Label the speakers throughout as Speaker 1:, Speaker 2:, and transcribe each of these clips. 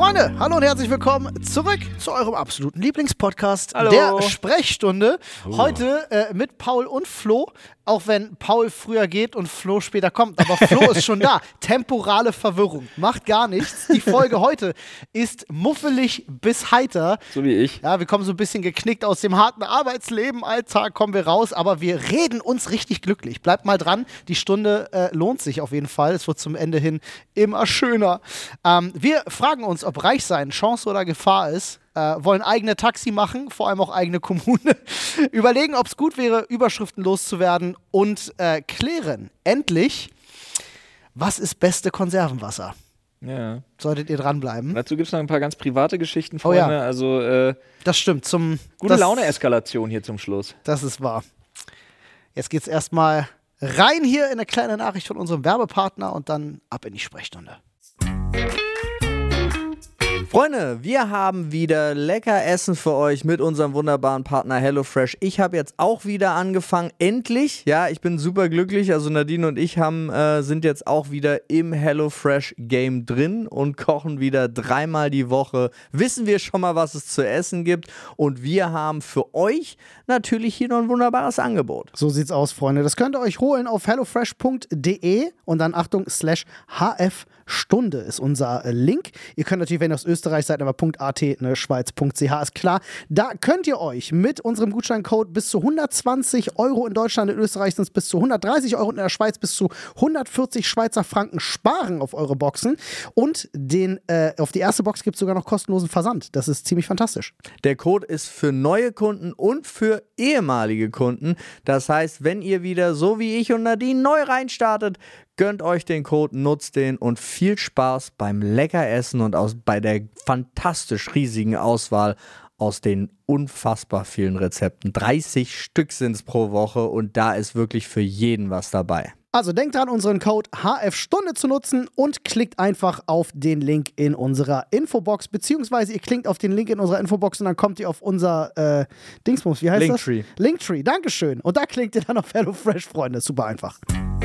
Speaker 1: Freunde, hallo und herzlich willkommen zurück zu eurem absoluten Lieblingspodcast,
Speaker 2: Hallo.
Speaker 1: der Sprechstunde. Heute mit Paul und Flo, auch wenn Paul früher geht und Flo später kommt, aber Flo ist schon da. Temporale Verwirrung, macht gar nichts. Die Folge heute ist muffelig bis heiter.
Speaker 2: So wie ich.
Speaker 1: Ja, wir kommen so ein bisschen geknickt aus dem harten Arbeitsleben, Alltag kommen wir raus, aber wir reden uns richtig glücklich. Bleibt mal dran, die Stunde lohnt sich auf jeden Fall. Es wird zum Ende hin immer schöner. Wir fragen uns, ob Reichsein Chance oder Gefahr ist. Wollen eigene Taxi machen, vor allem auch eigene Kommune. Überlegen, ob es gut wäre, Überschriften loszuwerden und klären endlich, was ist beste Konservenwasser?
Speaker 2: Ja.
Speaker 1: Solltet ihr dranbleiben.
Speaker 2: Dazu gibt es noch ein paar ganz private Geschichten, Freunde.
Speaker 1: Oh ja.
Speaker 2: Also
Speaker 1: Das stimmt.
Speaker 2: gute Laune-Eskalation hier zum Schluss.
Speaker 1: Das ist wahr. Jetzt geht's erstmal rein hier in eine kleine Nachricht von unserem Werbepartner und dann ab in die Sprechstunde.
Speaker 3: Freunde, wir haben wieder lecker Essen für euch mit unserem wunderbaren Partner HelloFresh. Ich habe jetzt auch wieder angefangen, endlich. Ja, ich bin super glücklich. Also Nadine und ich sind jetzt auch wieder im HelloFresh-Game drin und kochen wieder 3-mal die Woche. Wissen wir schon mal, was es zu essen gibt. Und wir haben für euch natürlich hier noch ein wunderbares Angebot.
Speaker 1: So sieht's aus, Freunde. Das könnt ihr euch holen auf hellofresh.de und dann Achtung, /HF-Stunde ist unser Link. Ihr könnt natürlich, wenn ihr aus Österreich seid, aber .at, ne, Schweiz.ch ist klar. Da könnt ihr euch mit unserem Gutscheincode bis zu 120 Euro in Deutschland, in Österreich sind es bis zu 130 Euro und in der Schweiz bis zu 140 Schweizer Franken sparen auf eure Boxen. Und auf die erste Box gibt es sogar noch kostenlosen Versand. Das ist ziemlich fantastisch.
Speaker 3: Der Code ist für neue Kunden und für ehemalige Kunden. Das heißt, wenn ihr wieder so wie ich und Nadine neu reinstartet, gönnt euch den Code, nutzt den und viel Spaß beim lecker Essen und bei der fantastisch riesigen Auswahl aus den unfassbar vielen Rezepten. 30 Stück sind es pro Woche und da ist wirklich für jeden was dabei.
Speaker 1: Also denkt dran, unseren Code HF-Stunde zu nutzen und klickt einfach auf den Link in unserer Infobox, beziehungsweise ihr klickt auf den Link in unserer Infobox und dann kommt ihr auf unser Dingsbums, wie heißt
Speaker 3: Linktree.
Speaker 1: das? Linktree, dankeschön. Und da klickt ihr dann auf HelloFresh, Freunde, super einfach.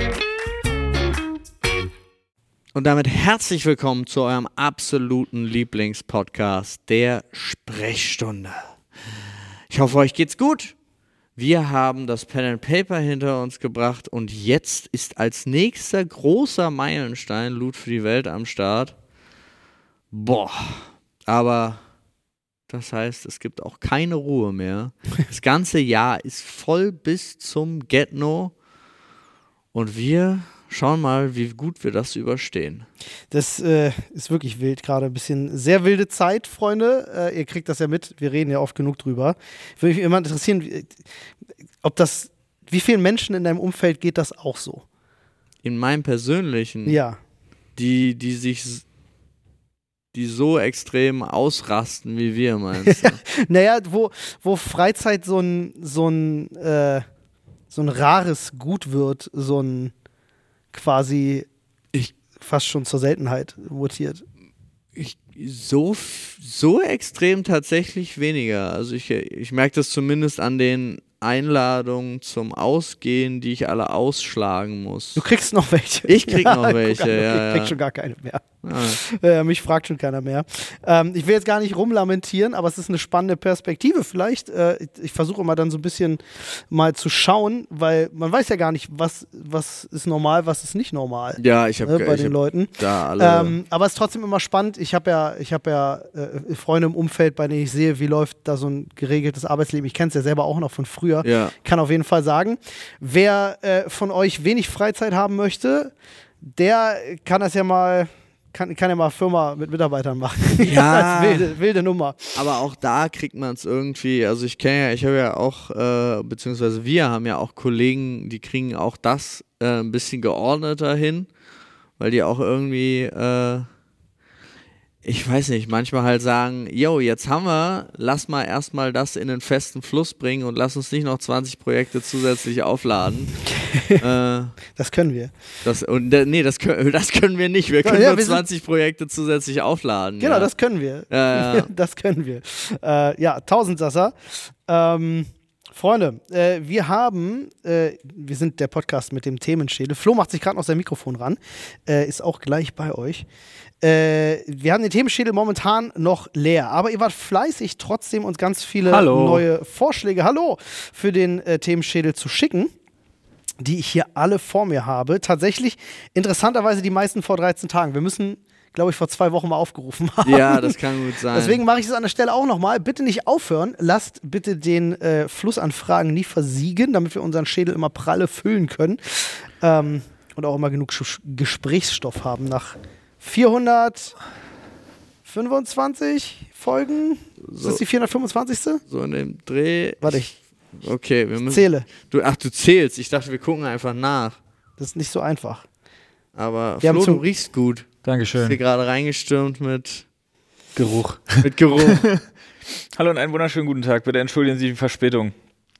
Speaker 3: Und damit herzlich willkommen zu eurem absoluten Lieblingspodcast, der Sprechstunde. Ich hoffe, euch geht's gut. Wir haben das Pen and Paper hinter uns gebracht und jetzt ist als nächster großer Meilenstein Loot für die Welt am Start. Boah, aber das heißt, es gibt auch keine Ruhe mehr. Das ganze Jahr ist voll bis zum Get-No und wir schauen mal, wie gut wir das überstehen.
Speaker 1: Das ist wirklich wild gerade, ein bisschen sehr wilde Zeit, Freunde. Ihr kriegt das ja mit, wir reden ja oft genug drüber. Würde mich immer interessieren, wie vielen Menschen in deinem Umfeld geht das auch so?
Speaker 3: In meinem persönlichen,
Speaker 1: Ja.
Speaker 3: die so extrem ausrasten wie wir, meinst du?
Speaker 1: Naja, wo Freizeit so ein rares Gut wird, so ein quasi fast schon zur Seltenheit mutiert.
Speaker 3: So extrem tatsächlich weniger. Also ich merke das zumindest an den Einladungen zum Ausgehen, die ich alle ausschlagen muss.
Speaker 1: Du kriegst noch welche.
Speaker 3: Ich krieg noch
Speaker 1: guck
Speaker 3: welche,
Speaker 1: an, okay,
Speaker 3: ja.
Speaker 1: Ich krieg schon gar keine mehr.
Speaker 3: Ah.
Speaker 1: Mich fragt schon keiner mehr. Ich will jetzt gar nicht rumlamentieren, aber es ist eine spannende Perspektive vielleicht. Ich versuche immer dann so ein bisschen mal zu schauen, weil man weiß ja gar nicht, was ist normal, was ist nicht normal.
Speaker 3: Ja, ich habe
Speaker 1: bei den Leuten.
Speaker 3: Da alle.
Speaker 1: Aber es ist trotzdem immer spannend. Ich habe ja Freunde im Umfeld, bei denen ich sehe, wie läuft da so ein geregeltes Arbeitsleben. Ich kenne es ja selber auch noch von früher.
Speaker 3: Ja.
Speaker 1: Kann auf jeden Fall sagen, wer von euch wenig Freizeit haben möchte, der kann das ja mal kann ja mal Firma mit Mitarbeitern machen.
Speaker 3: Ja.
Speaker 1: Das ist wilde Nummer.
Speaker 3: Aber auch da kriegt man es irgendwie, also ich habe ja auch, beziehungsweise wir haben ja auch Kollegen, die kriegen auch das ein bisschen geordneter hin, weil die auch irgendwie, ich weiß nicht, manchmal halt sagen, yo, jetzt haben wir, lass mal erstmal das in den festen Fluss bringen und lass uns nicht noch 20 Projekte zusätzlich aufladen.
Speaker 1: Das können wir.
Speaker 3: Das können wir nicht. Wir können nur 20 Projekte zusätzlich aufladen.
Speaker 1: Genau,
Speaker 3: ja.
Speaker 1: Das können wir.
Speaker 3: Ja.
Speaker 1: Das können wir. Tausendsasser. Freunde, wir sind der Podcast mit dem Themenschädel. Flo macht sich gerade noch sein Mikrofon ran, ist auch gleich bei euch. Wir haben den Themenschädel momentan noch leer, aber ihr wart fleißig, trotzdem uns ganz viele neue Vorschläge, für den Themenschädel zu schicken, die ich hier alle vor mir habe. Tatsächlich, interessanterweise die meisten vor 13 Tagen. Wir müssen, glaube ich, vor 2 Wochen mal aufgerufen haben.
Speaker 3: Ja, das kann gut sein.
Speaker 1: Deswegen mache ich es an der Stelle auch nochmal. Bitte nicht aufhören. Lasst bitte den Fluss an Fragen nie versiegen, damit wir unseren Schädel immer pralle füllen können. Und auch immer genug Gesprächsstoff haben. Nach 425 Folgen? Ist das die 425.?
Speaker 3: So in dem Dreh.
Speaker 1: Warte,
Speaker 3: Okay, wir müssen.
Speaker 1: Zähle.
Speaker 3: Du zählst. Ich dachte, wir gucken einfach nach.
Speaker 1: Das ist nicht so einfach.
Speaker 3: Aber
Speaker 1: Wir
Speaker 3: Flo,
Speaker 1: haben
Speaker 3: du riechst gut.
Speaker 2: Dankeschön.
Speaker 3: Ist hier gerade reingestürmt mit
Speaker 2: Geruch.
Speaker 3: Geruch.
Speaker 2: Hallo und einen wunderschönen guten Tag. Bitte entschuldigen Sie die Verspätung.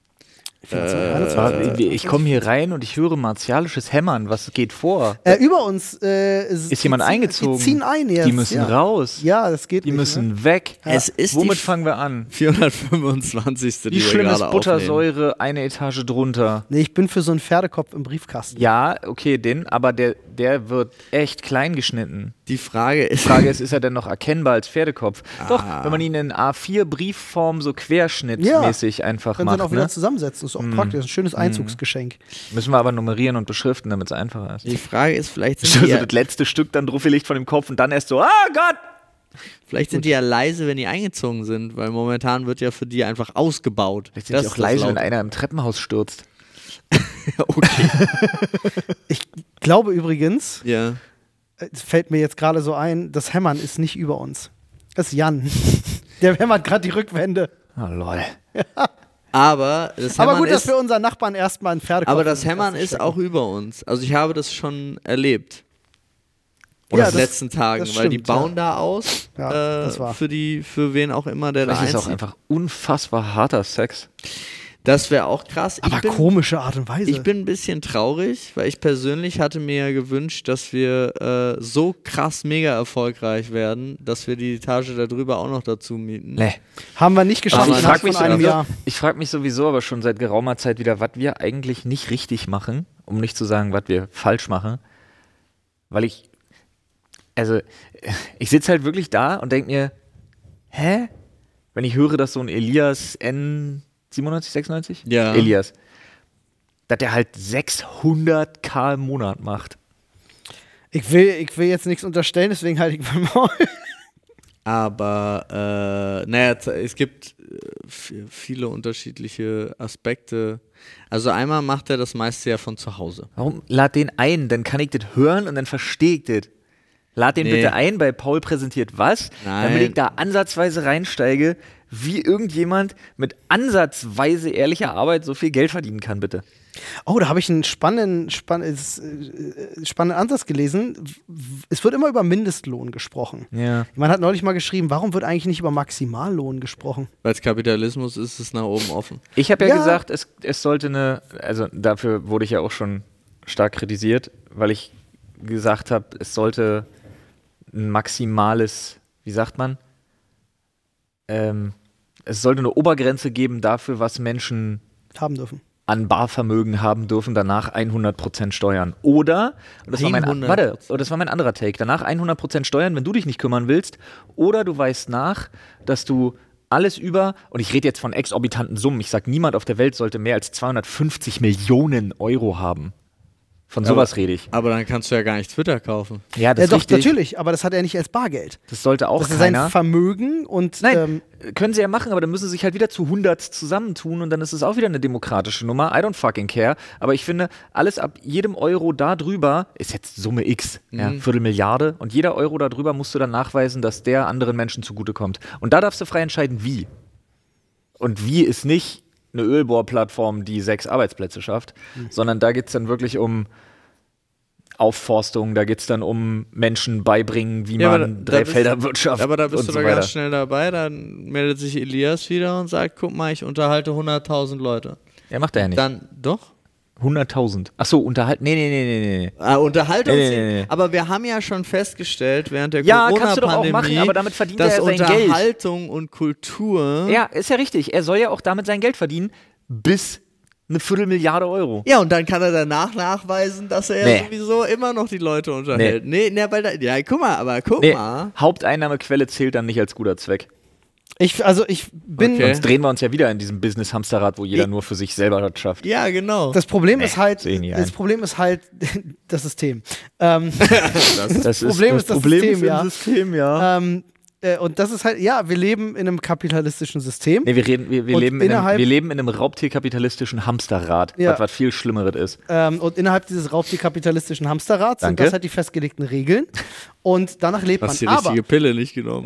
Speaker 2: Ich komme hier rein und ich höre martialisches Hämmern. Was geht vor?
Speaker 1: Über uns
Speaker 2: ist jemand eingezogen.
Speaker 1: Die ziehen ein jetzt.
Speaker 2: Die müssen raus.
Speaker 1: Ja, das geht
Speaker 2: Die
Speaker 1: nicht.
Speaker 2: müssen weg.
Speaker 3: Es ist
Speaker 2: Womit fangen wir an?
Speaker 3: 425.
Speaker 2: Wie
Speaker 3: wir
Speaker 2: schlimm ist
Speaker 3: gerade
Speaker 2: Buttersäure eine Etage drunter?
Speaker 1: Nee, ich bin für so einen Pferdekopf im Briefkasten.
Speaker 2: Ja, okay, aber der wird echt klein geschnitten.
Speaker 3: Die Frage
Speaker 2: Die Frage ist er denn noch erkennbar als Pferdekopf? Doch, wenn man ihn in A4-Briefform so querschnittmäßig einfach
Speaker 1: Können sie
Speaker 2: macht.
Speaker 1: dann auch wieder zusammensetzen. Ist auch praktisch. Ein schönes Einzugsgeschenk.
Speaker 2: Müssen wir aber nummerieren und beschriften, damit es einfacher ist.
Speaker 3: Die Frage ist, vielleicht sind
Speaker 2: So
Speaker 3: die,
Speaker 2: das letzte Stück dann drauf gelegt von dem Kopf und dann erst so, Gott!
Speaker 3: vielleicht sind die ja leise, wenn die eingezogen sind, weil momentan wird ja für die einfach ausgebaut.
Speaker 2: Vielleicht sind die auch leise, wenn einer im Treppenhaus stürzt.
Speaker 3: Okay.
Speaker 1: Ich glaube übrigens,
Speaker 3: Ja.
Speaker 1: es fällt mir jetzt gerade so ein, das Hämmern ist nicht über uns. Das ist Jan. Der hämmert gerade die Rückwände.
Speaker 2: Oh, lol.
Speaker 3: Aber das Hämmern
Speaker 1: Aber gut, dass
Speaker 3: ist,
Speaker 1: wir unseren Nachbarn erstmal einen Pferdekopf
Speaker 3: aber das
Speaker 1: in den
Speaker 3: Hämmern
Speaker 1: Kasten
Speaker 3: ist
Speaker 1: stecken.
Speaker 3: auch über uns. Also ich habe das schon erlebt.
Speaker 1: Ja,
Speaker 3: In den
Speaker 1: das-
Speaker 3: letzten Tagen,
Speaker 1: das
Speaker 3: weil die
Speaker 1: stimmt,
Speaker 3: bauen da aus
Speaker 1: Ja, das war.
Speaker 3: für wen auch immer, der da
Speaker 2: Das ist auch
Speaker 3: einzieht.
Speaker 2: einfach unfassbar harter Sex.
Speaker 3: Das wäre auch krass.
Speaker 1: Aber komische Art und Weise.
Speaker 3: Ich bin ein bisschen traurig, weil ich persönlich hatte mir ja gewünscht, dass wir so krass mega erfolgreich werden, dass wir die Etage da drüber auch noch dazu mieten.
Speaker 2: Nee.
Speaker 1: Haben wir nicht geschafft
Speaker 3: Aber
Speaker 1: innerhalb
Speaker 2: frag mich
Speaker 1: von einem Jahr.
Speaker 2: Ich frage mich sowieso aber schon seit geraumer Zeit wieder, was wir eigentlich nicht richtig machen, um nicht zu sagen, was wir falsch machen. Weil ich sitze halt wirklich da und denke mir, hä? Wenn ich höre, dass so ein Elias N97, 96?
Speaker 3: Ja.
Speaker 2: Elias. Dass der halt 600.000 im Monat macht.
Speaker 1: Ich will jetzt nichts unterstellen, deswegen halte ich mein Maul.
Speaker 3: Aber naja, es gibt viele unterschiedliche Aspekte. Also einmal macht er das meiste ja von zu Hause.
Speaker 2: Warum lad den ein? Dann kann ich das hören und dann verstehe ich das. Lad den bitte ein, bei Paul präsentiert was,
Speaker 3: Nein.
Speaker 2: damit ich da ansatzweise reinsteige, wie irgendjemand mit ansatzweise ehrlicher Arbeit so viel Geld verdienen kann, bitte.
Speaker 1: Oh, da habe ich einen spannenden Ansatz gelesen. Es wird immer über Mindestlohn gesprochen.
Speaker 2: Ja.
Speaker 1: Man hat neulich mal geschrieben, warum wird eigentlich nicht über Maximallohn gesprochen?
Speaker 3: Weil es Kapitalismus ist, ist es nach oben offen.
Speaker 2: Ich habe ja,
Speaker 1: Ja.
Speaker 2: gesagt, es sollte also dafür wurde ich ja auch schon stark kritisiert, weil ich gesagt habe, es sollte ein maximales, wie sagt man? Es sollte eine Obergrenze geben dafür, was Menschen
Speaker 1: Haben dürfen.
Speaker 2: an Barvermögen haben dürfen, danach 100% Steuern. Oder, und das war mein
Speaker 3: 100%.
Speaker 2: das war mein anderer Take, danach 100% Steuern, wenn du dich nicht kümmern willst, oder du weißt nach, dass du alles über, und ich rede jetzt von exorbitanten Summen, ich sage, niemand auf der Welt sollte mehr als 250 Millionen Euro haben. Von sowas rede ich.
Speaker 3: Aber dann kannst du ja gar nicht Twitter kaufen.
Speaker 2: Ja, das
Speaker 1: Ja,
Speaker 2: ist
Speaker 1: doch,
Speaker 2: richtig.
Speaker 1: natürlich, aber das hat er nicht als Bargeld.
Speaker 2: Das sollte auch
Speaker 1: Das ist sein
Speaker 2: keiner.
Speaker 1: Vermögen und
Speaker 2: Nein, können sie ja machen, aber dann müssen sie sich halt wieder zu 100 zusammentun und dann ist es auch wieder eine demokratische Nummer. I don't fucking care. Aber ich finde, alles ab jedem Euro da drüber ist jetzt Summe X, ja, Viertelmilliarde. Und jeder Euro da drüber musst du dann nachweisen, dass der anderen Menschen zugutekommt. Und da darfst du frei entscheiden, wie. Und wie ist nicht eine Ölbohrplattform, die 6 Arbeitsplätze schafft, sondern da geht es dann wirklich um Aufforstung, da geht es dann um Menschen beibringen, wie
Speaker 3: Ja, aber
Speaker 2: man
Speaker 3: da
Speaker 2: Dreifelderwirtschaft
Speaker 3: Aber da bist
Speaker 2: und
Speaker 3: du
Speaker 2: so
Speaker 3: da
Speaker 2: weiter.
Speaker 3: ganz schnell dabei. Dann meldet sich Elias wieder und sagt, guck mal, ich unterhalte 100.000 Leute.
Speaker 2: Ja, macht er ja nicht.
Speaker 3: Dann, doch?
Speaker 2: 100.000. Achso, unterhalten. Nee.
Speaker 3: Unterhaltung.
Speaker 2: Nee.
Speaker 3: Aber wir haben ja schon festgestellt, während der
Speaker 2: Ja, kannst du doch auch
Speaker 3: Corona-Pandemie,
Speaker 2: machen, aber damit verdient
Speaker 3: dass
Speaker 2: er ja sein Geld.
Speaker 3: Unterhaltung und Kultur
Speaker 2: Ja, ist ja richtig. Er soll ja auch damit sein Geld verdienen. bis eine Viertelmilliarde Euro.
Speaker 3: Ja, und dann kann er danach nachweisen, dass er sowieso immer noch die Leute unterhält. Ja, guck mal.
Speaker 2: Haupteinnahmequelle zählt dann nicht als guter Zweck.
Speaker 1: Ich bin.
Speaker 3: Okay.
Speaker 2: Sonst drehen wir uns ja wieder in diesem Business-Hamsterrad, wo jeder nur für sich selber das schafft.
Speaker 3: Ja, genau.
Speaker 1: Das Problem ist halt das System.
Speaker 2: Das
Speaker 1: Problem ist das System, ja.
Speaker 2: System, ja.
Speaker 1: Und das ist halt, ja, wir leben in einem kapitalistischen System.
Speaker 2: Nee, wir leben in einem raubtierkapitalistischen Hamsterrad, was viel Schlimmeres ist.
Speaker 1: Und innerhalb dieses raubtierkapitalistischen Hamsterrads sind das halt die festgelegten Regeln. Und danach lebt man.
Speaker 3: Hast die richtige Pille nicht genommen.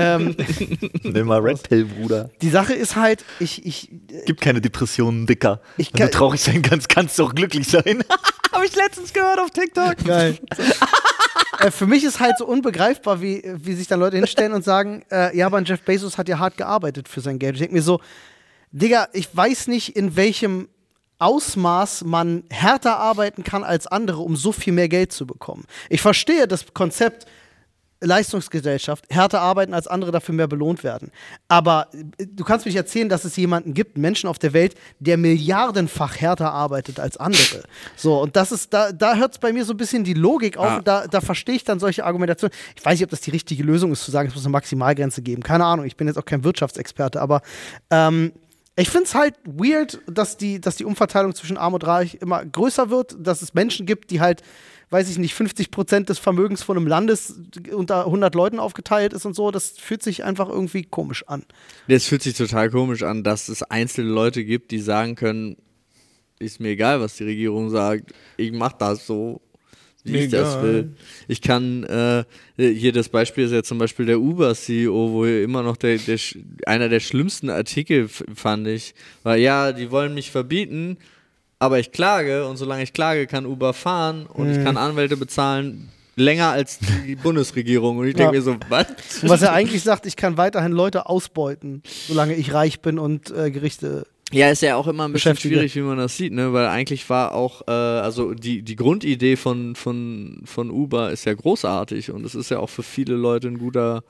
Speaker 2: Nimm mal Red Pill, Bruder.
Speaker 1: Die Sache ist halt,
Speaker 2: Gibt keine Depressionen, Dicker. Wenn du traurig sein kannst, kannst du auch glücklich sein. Habe ich letztens gehört auf TikTok.
Speaker 1: Geil. Für mich ist halt so unbegreifbar, wie sich dann Leute hinstellen und sagen, ja, aber Jeff Bezos hat ja hart gearbeitet für sein Geld. Ich denke mir so, Digga, ich weiß nicht, in welchem Ausmaß man härter arbeiten kann als andere, um so viel mehr Geld zu bekommen. Ich verstehe das Konzept Leistungsgesellschaft, härter arbeiten als andere, dafür mehr belohnt werden. Aber du kannst mich erzählen, dass es jemanden gibt, Menschen auf der Welt, der milliardenfach härter arbeitet als andere. So, und das ist, da hört es bei mir so ein bisschen die Logik auf und da verstehe ich dann solche Argumentationen. Ich weiß nicht, ob das die richtige Lösung ist, zu sagen, es muss eine Maximalgrenze geben. Keine Ahnung, ich bin jetzt auch kein Wirtschaftsexperte, aber ich finde es halt weird, dass die Umverteilung zwischen Arm und Reich immer größer wird, dass es Menschen gibt, die halt, weiß ich nicht, 50% des Vermögens von einem Landes unter 100 Leuten aufgeteilt ist und so. Das fühlt sich einfach irgendwie komisch an.
Speaker 3: Das fühlt sich total komisch an, dass es einzelne Leute gibt, die sagen können, ist mir egal, was die Regierung sagt, ich mach das so, wie ich das will. Ich kann, hier das Beispiel ist ja zum Beispiel der Uber-CEO, wo immer noch einer der schlimmsten Artikel, fand ich, war, ja, die wollen mich verbieten, aber ich klage und solange ich klage, kann Uber fahren und ich kann Anwälte bezahlen, länger als die Bundesregierung. Und ich denke mir so, was?
Speaker 1: Und was er eigentlich sagt, ich kann weiterhin Leute ausbeuten, solange ich reich bin und Gerichte.
Speaker 3: Ja, ist ja auch immer ein bisschen schwierig, wie man das sieht, ne? Weil eigentlich war auch, also die Grundidee von Uber ist ja großartig und es ist ja auch für viele Leute ein guter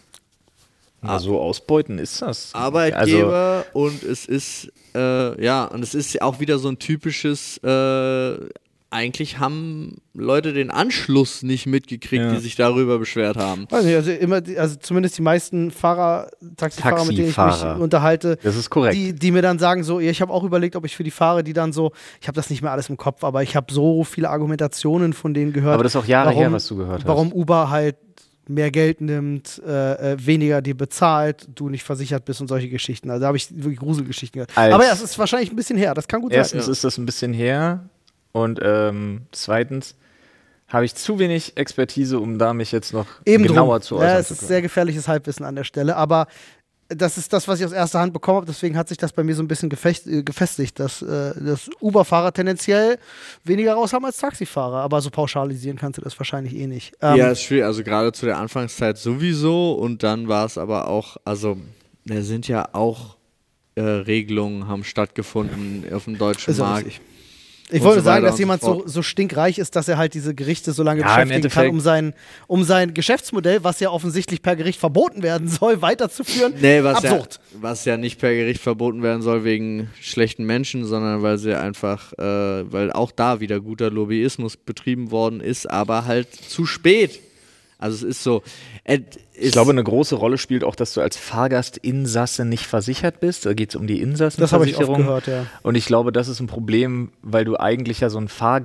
Speaker 2: so ausbeuten ist das.
Speaker 3: Arbeitgeber und es ist, und es ist auch wieder so ein typisches, eigentlich haben Leute den Anschluss nicht mitgekriegt, die sich darüber beschwert haben.
Speaker 1: Weiß nicht, also zumindest die meisten Taxifahrer, mit denen ich mich unterhalte,
Speaker 2: das ist korrekt.
Speaker 1: Die mir dann sagen so, ich habe auch überlegt, ob ich für die fahre, die dann so, ich habe das nicht mehr alles im Kopf, aber ich habe so viele Argumentationen von denen gehört.
Speaker 2: Aber das ist auch Jahre her, was du gehört hast.
Speaker 1: Warum Uber halt mehr Geld nimmt, weniger dir bezahlt, du nicht versichert bist und solche Geschichten. Also da habe ich wirklich Gruselgeschichten gehört. Aber ja, es ist wahrscheinlich ein bisschen her, das kann gut sein.
Speaker 2: Erstens ist das ein bisschen her und zweitens habe ich zu wenig Expertise, um da mich jetzt noch genauer zu äußern zu können.
Speaker 1: Es ist sehr gefährliches Halbwissen an der Stelle, aber das ist das, was ich aus erster Hand bekommen habe, deswegen hat sich das bei mir so ein bisschen gefestigt, dass Uber-Fahrer tendenziell weniger raus haben als Taxifahrer, aber so pauschalisieren kannst du das wahrscheinlich eh nicht.
Speaker 3: Ja, ist schwierig, also gerade zu der Anfangszeit sowieso und dann war es aber auch, also da sind ja auch Regelungen haben stattgefunden auf dem deutschen Markt.
Speaker 1: Richtig. Ich wollte sagen, dass jemand so stinkreich ist, dass er halt diese Gerichte so lange beschäftigen kann, um sein Geschäftsmodell, was ja offensichtlich per Gericht verboten werden soll, weiterzuführen.
Speaker 3: Nee,
Speaker 1: absurd.
Speaker 3: Was ja nicht per Gericht verboten werden soll wegen schlechten Menschen, sondern weil sie einfach, weil auch da wieder guter Lobbyismus betrieben worden ist, aber halt zu spät. Also es ist so.
Speaker 2: Ich glaube, eine große Rolle spielt auch, dass du als Fahrgastinsasse nicht versichert bist. Da geht es um die Insassenversicherung.
Speaker 1: Das habe ich oft gehört, ja.
Speaker 2: Und ich glaube, das ist ein Problem, weil du eigentlich ja so ein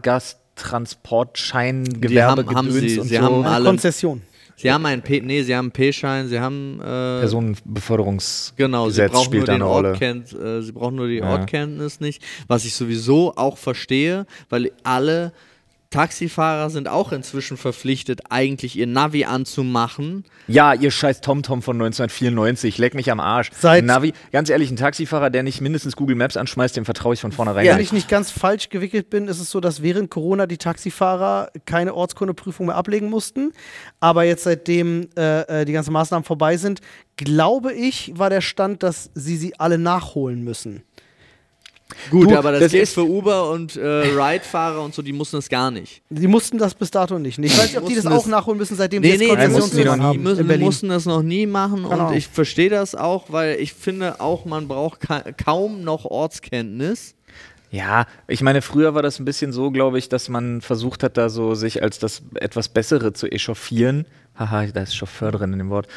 Speaker 2: Fahrgasttransportschein, Gewerbegedöns und
Speaker 3: sie
Speaker 2: so.
Speaker 3: haben alle
Speaker 1: Konzession.
Speaker 3: Sie haben einen sie haben einen P-Schein, sie haben
Speaker 2: Personenbeförderungsgesetz
Speaker 3: genau, sie brauchen
Speaker 2: spielt
Speaker 3: nur
Speaker 2: da eine Rolle.
Speaker 3: Sie brauchen nur die Ortkenntnis nicht, was ich sowieso auch verstehe, weil alle Taxifahrer sind auch inzwischen verpflichtet, eigentlich ihr Navi anzumachen.
Speaker 2: Ja, ihr scheiß TomTom von 1994, leck mich am Arsch. Navi, ganz ehrlich, ein Taxifahrer, der nicht mindestens Google Maps anschmeißt, dem vertraue ich von vornherein.
Speaker 1: Wenn ich nicht ganz falsch gewickelt bin, ist es so, dass während Corona die Taxifahrer keine Ortskundeprüfung mehr ablegen mussten. Aber jetzt, seitdem die ganzen Maßnahmen vorbei sind, glaube ich, war der Stand, dass sie alle nachholen müssen.
Speaker 3: Gut,
Speaker 2: Du,
Speaker 3: aber das
Speaker 2: das
Speaker 3: gilt
Speaker 2: ist-
Speaker 3: für Uber und Ride-Fahrer und so, die mussten das gar nicht.
Speaker 1: Die mussten das bis dato nicht. Ich weiß nicht, ob die das
Speaker 3: mussten
Speaker 1: auch
Speaker 3: das-
Speaker 1: nachholen müssen, seitdem
Speaker 3: Nee,
Speaker 1: die
Speaker 3: nee,
Speaker 1: jetzt
Speaker 3: die
Speaker 2: mussten die noch
Speaker 1: Konzessionszimmer
Speaker 2: nie.
Speaker 1: haben in Berlin.
Speaker 3: mussten das noch nie machen
Speaker 1: Keine
Speaker 3: und
Speaker 1: Ahnung.
Speaker 3: ich verstehe das auch, weil ich finde auch, man braucht kaum noch Ortskenntnis.
Speaker 2: Ja, ich meine, früher war das ein bisschen so, glaube ich, dass man versucht hat, da so sich als das etwas Bessere zu echauffieren. Haha, da ist Chauffeur drin in dem Wort.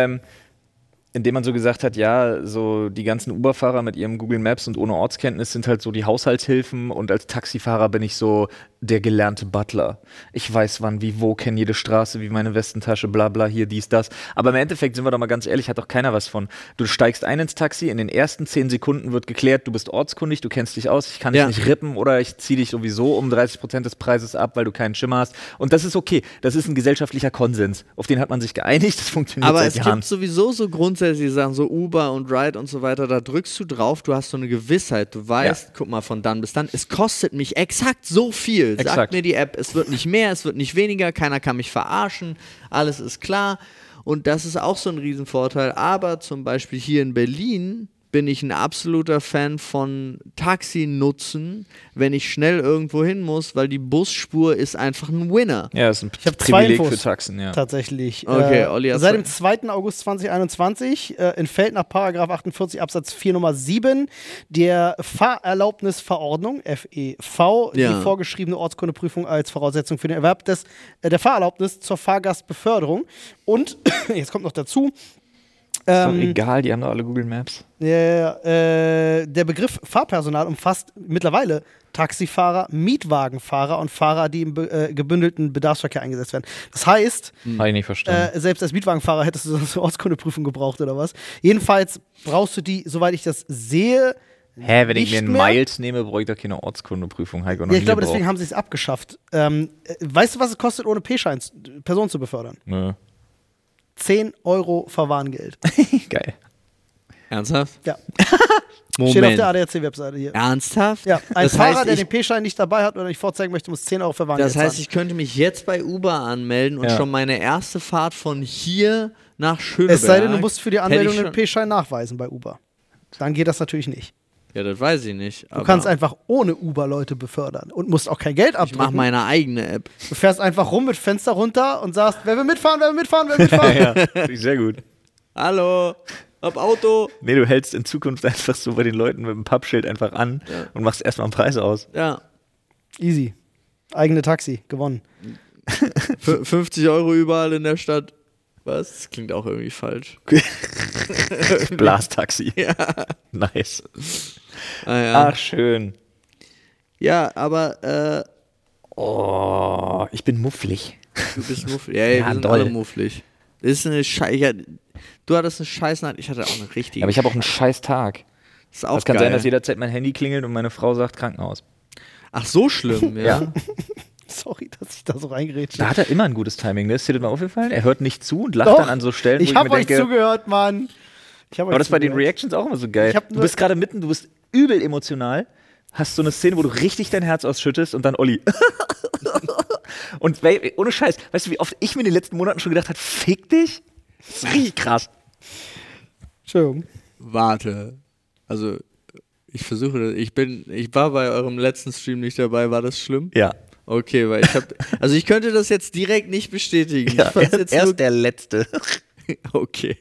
Speaker 2: Indem man so gesagt hat, ja, so die ganzen Uber-Fahrer mit ihrem Google Maps und ohne Ortskenntnis sind halt so die Haushaltshilfen und als Taxifahrer bin ich so der gelernte Butler. Ich weiß wann, wie, wo, kenne jede Straße, wie meine Westentasche, bla bla, hier, dies, das. Aber im Endeffekt, sind wir doch mal ganz ehrlich, hat doch keiner was von. Du steigst ein ins Taxi, in den ersten 10 Sekunden wird geklärt, du bist ortskundig, du kennst dich aus, ich kann dich
Speaker 3: Ja.
Speaker 2: nicht rippen oder ich ziehe dich sowieso um 30% des Preises ab, weil du keinen Schimmer hast. Und das ist okay. Das ist ein gesellschaftlicher Konsens. Auf den hat man sich geeinigt, das funktioniert
Speaker 3: Aber
Speaker 2: seit
Speaker 3: es
Speaker 2: Jahren.
Speaker 3: gibt sowieso so grundsätzliche Sachen, so Uber und Ride und so weiter, da drückst du drauf, du hast so eine Gewissheit, du weißt, guck mal, von dann bis dann, es kostet mich exakt so viel, sagt
Speaker 2: Exakt.
Speaker 3: mir die App, es wird nicht mehr, es wird nicht weniger, keiner kann mich verarschen, alles ist klar und das ist auch so ein Riesenvorteil, aber zum Beispiel hier in Berlin bin ich ein absoluter Fan von Taxi nutzen, wenn ich schnell irgendwo hin muss, weil die Busspur ist einfach ein Winner.
Speaker 2: Ja, das ist ein
Speaker 1: Ich hab zwei
Speaker 2: Privileg
Speaker 1: Infos.
Speaker 2: für Taxen, ja.
Speaker 1: Tatsächlich.
Speaker 3: Okay, Olli hat
Speaker 1: seit
Speaker 3: zwei.
Speaker 1: dem 2. August 2021 entfällt nach § 48 Absatz 4 Nummer 7 der Fahrerlaubnisverordnung, FEV,
Speaker 3: Ja.
Speaker 1: die vorgeschriebene Ortskundeprüfung als Voraussetzung für den Erwerb der Fahrerlaubnis zur Fahrgastbeförderung. Und, jetzt kommt noch dazu,
Speaker 2: Ist doch egal, die haben doch alle Google Maps.
Speaker 1: der Begriff Fahrpersonal umfasst mittlerweile Taxifahrer, Mietwagenfahrer und Fahrer, die im gebündelten Bedarfsverkehr eingesetzt werden. Das heißt,
Speaker 2: Habe ich nicht verstanden.
Speaker 1: selbst als Mietwagenfahrer hättest du so eine Ortskundeprüfung gebraucht oder was. Jedenfalls brauchst du die, soweit ich das sehe.
Speaker 2: Hä, wenn ich
Speaker 1: nicht
Speaker 2: mir einen
Speaker 1: mehr?
Speaker 2: Miles nehme, brauche ich doch keine Ortskundeprüfung. Heiko noch
Speaker 1: Ja, ich
Speaker 2: nie
Speaker 1: glaube,
Speaker 2: gebraucht.
Speaker 1: deswegen haben sie es abgeschafft. Weißt du, was es kostet, ohne P-Schein Personen zu befördern?
Speaker 2: Nö.
Speaker 1: 10 € Verwarngeld.
Speaker 2: Geil.
Speaker 3: Ernsthaft?
Speaker 1: Ja. Steht auf der
Speaker 3: Moment.
Speaker 1: ADAC-Webseite hier.
Speaker 3: Ernsthaft?
Speaker 1: Ja, ein
Speaker 3: Das
Speaker 1: Fahrer,
Speaker 3: heißt,
Speaker 1: der
Speaker 3: ich-
Speaker 1: den P-Schein nicht dabei hat oder nicht vorzeigen möchte, muss 10 € Verwarngeld
Speaker 3: Das heißt,
Speaker 1: zahlen.
Speaker 3: ich könnte mich jetzt bei Uber anmelden und
Speaker 2: Ja.
Speaker 3: schon meine erste Fahrt von hier nach Schöneberg.
Speaker 1: Es sei denn, du musst für die
Speaker 3: hätte
Speaker 1: Anmeldung
Speaker 3: ich
Speaker 1: einen
Speaker 3: schon-
Speaker 1: P-Schein nachweisen bei Uber. Dann geht das natürlich nicht.
Speaker 3: Ja, das weiß ich nicht.
Speaker 1: Du kannst einfach ohne Uber Leute befördern und musst auch kein Geld
Speaker 3: Ich mache
Speaker 1: abdrücken.
Speaker 3: meine eigene App.
Speaker 1: Du fährst einfach rum mit Fenster runter und sagst, wer will mitfahren, wer will mitfahren, wer will mitfahren.
Speaker 2: Ja, finde ich sehr gut.
Speaker 3: Hallo, hab Auto.
Speaker 2: Nee, du hältst in Zukunft einfach so bei den Leuten mit dem Pappschild einfach an und machst erstmal einen Preis aus.
Speaker 3: Ja,
Speaker 1: Easy. Eigene Taxi, gewonnen.
Speaker 3: 50 € überall in der Stadt. Was? Das klingt auch irgendwie falsch.
Speaker 2: Blastaxi. Ja. Nice.
Speaker 3: Ah, ja.
Speaker 2: Ach, schön.
Speaker 3: Ja, aber
Speaker 2: Oh, ich bin mufflig.
Speaker 3: du bist mufflig. Ja, wir
Speaker 2: Ja,
Speaker 3: sind
Speaker 2: doll.
Speaker 3: alle mufflig. Das ist eine Scheiße. Du hattest eine Scheißnacht, ich hatte auch eine richtige.
Speaker 2: Aber ich habe auch einen scheiß Tag.
Speaker 3: Das ist auch
Speaker 2: Es kann
Speaker 3: geil.
Speaker 2: sein, dass jederzeit mein Handy klingelt und meine Frau sagt Krankenhaus.
Speaker 3: Ach, so schlimm, ja.
Speaker 1: Sorry, dass ich da so reingerätsche.
Speaker 2: Da hat er immer ein gutes Timing, ne? Ist dir das mal aufgefallen? Er hört nicht zu und lacht
Speaker 1: Doch.
Speaker 2: dann an so Stellen, wo
Speaker 1: Ich
Speaker 2: ich
Speaker 1: habe
Speaker 2: mir
Speaker 1: euch
Speaker 2: denke,
Speaker 1: zugehört, Mann. Ich hab
Speaker 2: aber
Speaker 1: euch
Speaker 2: das ist bei den
Speaker 1: zugehört.
Speaker 2: Reactions auch immer so geil.
Speaker 1: Ich hab
Speaker 2: Du
Speaker 1: nur-
Speaker 2: bist gerade mitten, du bist übel emotional, hast so eine Szene, wo du richtig dein Herz ausschüttest und dann Olli. Und ohne Scheiß, weißt du, wie oft ich mir in den letzten Monaten schon gedacht habe, fick dich? Das ist richtig krass.
Speaker 1: Entschuldigung.
Speaker 3: Warte. Also, ich versuche das. Ich war bei eurem letzten Stream nicht dabei. War das schlimm?
Speaker 2: Ja.
Speaker 3: Okay, weil ich könnte das jetzt direkt nicht bestätigen.
Speaker 2: Ja,
Speaker 3: Ich fand's jetzt
Speaker 2: erst der Letzte.
Speaker 3: okay.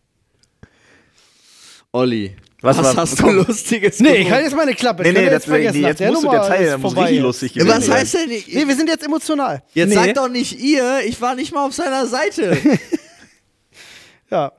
Speaker 3: Olli,
Speaker 2: Was
Speaker 3: was
Speaker 2: war-
Speaker 3: hast du
Speaker 2: komm.
Speaker 3: Lustiges
Speaker 1: Nee, ich
Speaker 3: gefunden?
Speaker 1: halte jetzt meine Klappe.
Speaker 2: Nee,
Speaker 1: Können wir
Speaker 2: das
Speaker 1: vergessen. Nach
Speaker 2: jetzt musst du der Teil,
Speaker 1: ist
Speaker 2: der muss
Speaker 1: vorbei
Speaker 2: richtig
Speaker 1: jetzt.
Speaker 2: lustig
Speaker 3: Ja,
Speaker 2: gewesen
Speaker 3: was
Speaker 2: sein.
Speaker 3: heißt denn?
Speaker 1: Nee, wir sind jetzt emotional.
Speaker 3: Jetzt
Speaker 2: Nee.
Speaker 3: sag doch nicht ihr, ich war nicht mal auf seiner Seite.
Speaker 1: Ja.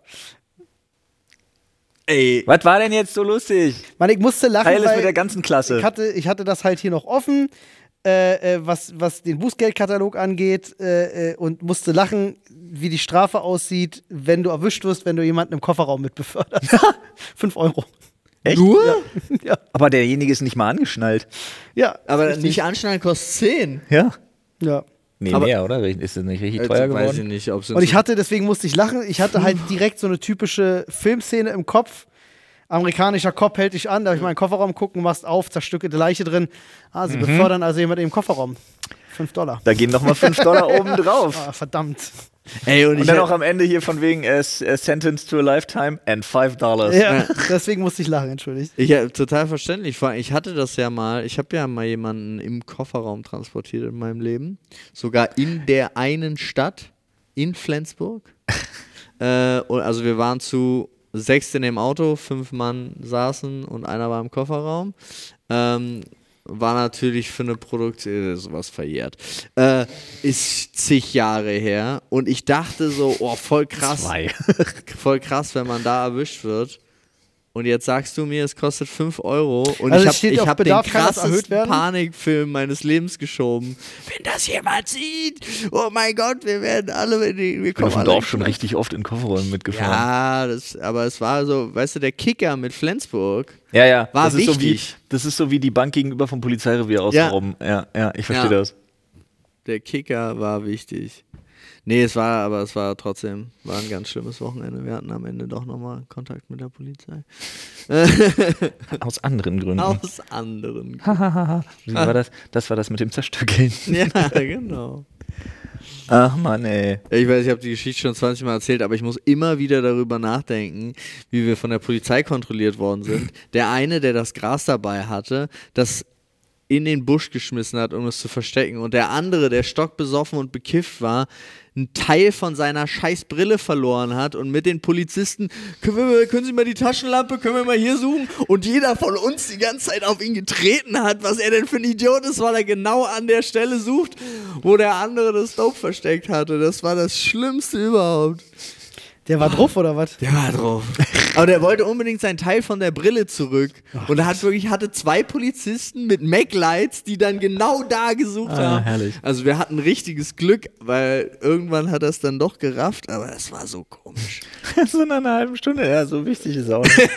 Speaker 3: Ey,
Speaker 2: Was war denn jetzt so lustig?
Speaker 1: Mann, ich musste lachen,
Speaker 2: Teil ist
Speaker 1: weil
Speaker 2: mit der ganzen Klasse.
Speaker 1: ich hatte das halt hier noch offen, was den Bußgeldkatalog angeht und musste lachen, wie die Strafe aussieht, wenn du erwischt wirst, wenn du jemanden im Kofferraum mit beförderst. 5 €.
Speaker 2: Echt?
Speaker 3: nur?
Speaker 1: Ja.
Speaker 2: Aber derjenige ist nicht mal angeschnallt.
Speaker 1: Ja.
Speaker 3: Aber
Speaker 1: richtig.
Speaker 3: nicht anschneiden kostet 10.
Speaker 2: Ja.
Speaker 1: Ja.
Speaker 2: Nee,
Speaker 3: Aber-
Speaker 2: mehr, oder? Ist das nicht richtig teuer
Speaker 3: Weiß ich
Speaker 2: geworden?
Speaker 3: nicht, ob
Speaker 1: Und ich hatte, deswegen musste ich lachen, ich hatte halt direkt so eine typische Filmszene im Kopf. Amerikanischer Cop hält dich an, darf ich mal in den Kofferraum gucken, machst auf, zerstückelte Leiche drin. Ah, sie befördern also jemanden im Kofferraum. $5.
Speaker 2: Da gehen nochmal $5 oben drauf.
Speaker 1: Ah, verdammt.
Speaker 3: Ey,
Speaker 2: und dann auch am Ende hier von wegen Sentenced to a Lifetime and $5.
Speaker 1: Ja, deswegen musste ich lachen, entschuldigt.
Speaker 3: Ja, total verständlich. Ich hatte das ja mal, ich habe ja mal jemanden im Kofferraum transportiert in meinem Leben. Sogar in der einen Stadt, in Flensburg. Also wir waren zu 6 in dem Auto, 5 Mann saßen und einer war im Kofferraum. War natürlich für eine Produktion, sowas verjährt. Ist zig Jahre her. Und ich dachte so, oh, voll krass. Voll krass, wenn man da erwischt wird. Und jetzt sagst du mir, es kostet 5 Euro. Und
Speaker 1: also
Speaker 3: ich hab den
Speaker 1: Bedarf, kann das erhöht
Speaker 3: krassesten
Speaker 1: werden?
Speaker 3: Panikfilm meines Lebens geschoben. Wenn das jemand sieht, oh mein Gott, wir werden alle, wir kommen
Speaker 2: Ich bin auf dem Dorf schon richtig oft in Kofferräumen mitgefahren.
Speaker 3: Ja, aber es war so, weißt du, der Kicker mit Flensburg
Speaker 2: Ja,
Speaker 3: war
Speaker 2: das ist
Speaker 3: wichtig.
Speaker 2: Das ist so wie die Bank gegenüber vom Polizeirevier ausgerauben. Ja, ich verstehe das.
Speaker 3: Der Kicker war wichtig. Nee, es war trotzdem ein ganz schlimmes Wochenende. Wir hatten am Ende doch nochmal Kontakt mit der Polizei.
Speaker 2: Aus anderen Gründen.
Speaker 3: Aus anderen Gründen.
Speaker 2: Wie war das? Das war das mit dem Zerstückeln.
Speaker 3: Ja, genau.
Speaker 2: Ach Mann, ey.
Speaker 3: Ich weiß, ich habe die Geschichte schon 20 Mal erzählt, aber ich muss immer wieder darüber nachdenken, wie wir von der Polizei kontrolliert worden sind. Der eine, der das Gras dabei hatte, das in den Busch geschmissen hat, um es zu verstecken. Und der andere, der stockbesoffen und bekifft war, einen Teil von seiner scheiß Brille verloren hat und mit den Polizisten, können Sie mal die Taschenlampe, können wir mal hier suchen? Und jeder von uns die ganze Zeit auf ihn getreten hat, was er denn für ein Idiot ist, weil er genau an der Stelle sucht, wo der andere das Dope versteckt hatte. Das war das Schlimmste überhaupt.
Speaker 1: Der war drauf, oder was?
Speaker 3: Der war drauf. Aber der wollte unbedingt seinen Teil von der Brille zurück. Und er hatte 2 Polizisten mit Mac-Lights, die dann genau da gesucht haben.
Speaker 2: Herrlich.
Speaker 3: Also wir hatten richtiges Glück, weil irgendwann hat er es dann doch gerafft, aber es war so komisch.
Speaker 2: So in einer halben Stunde, ja, so wichtig ist auch nicht.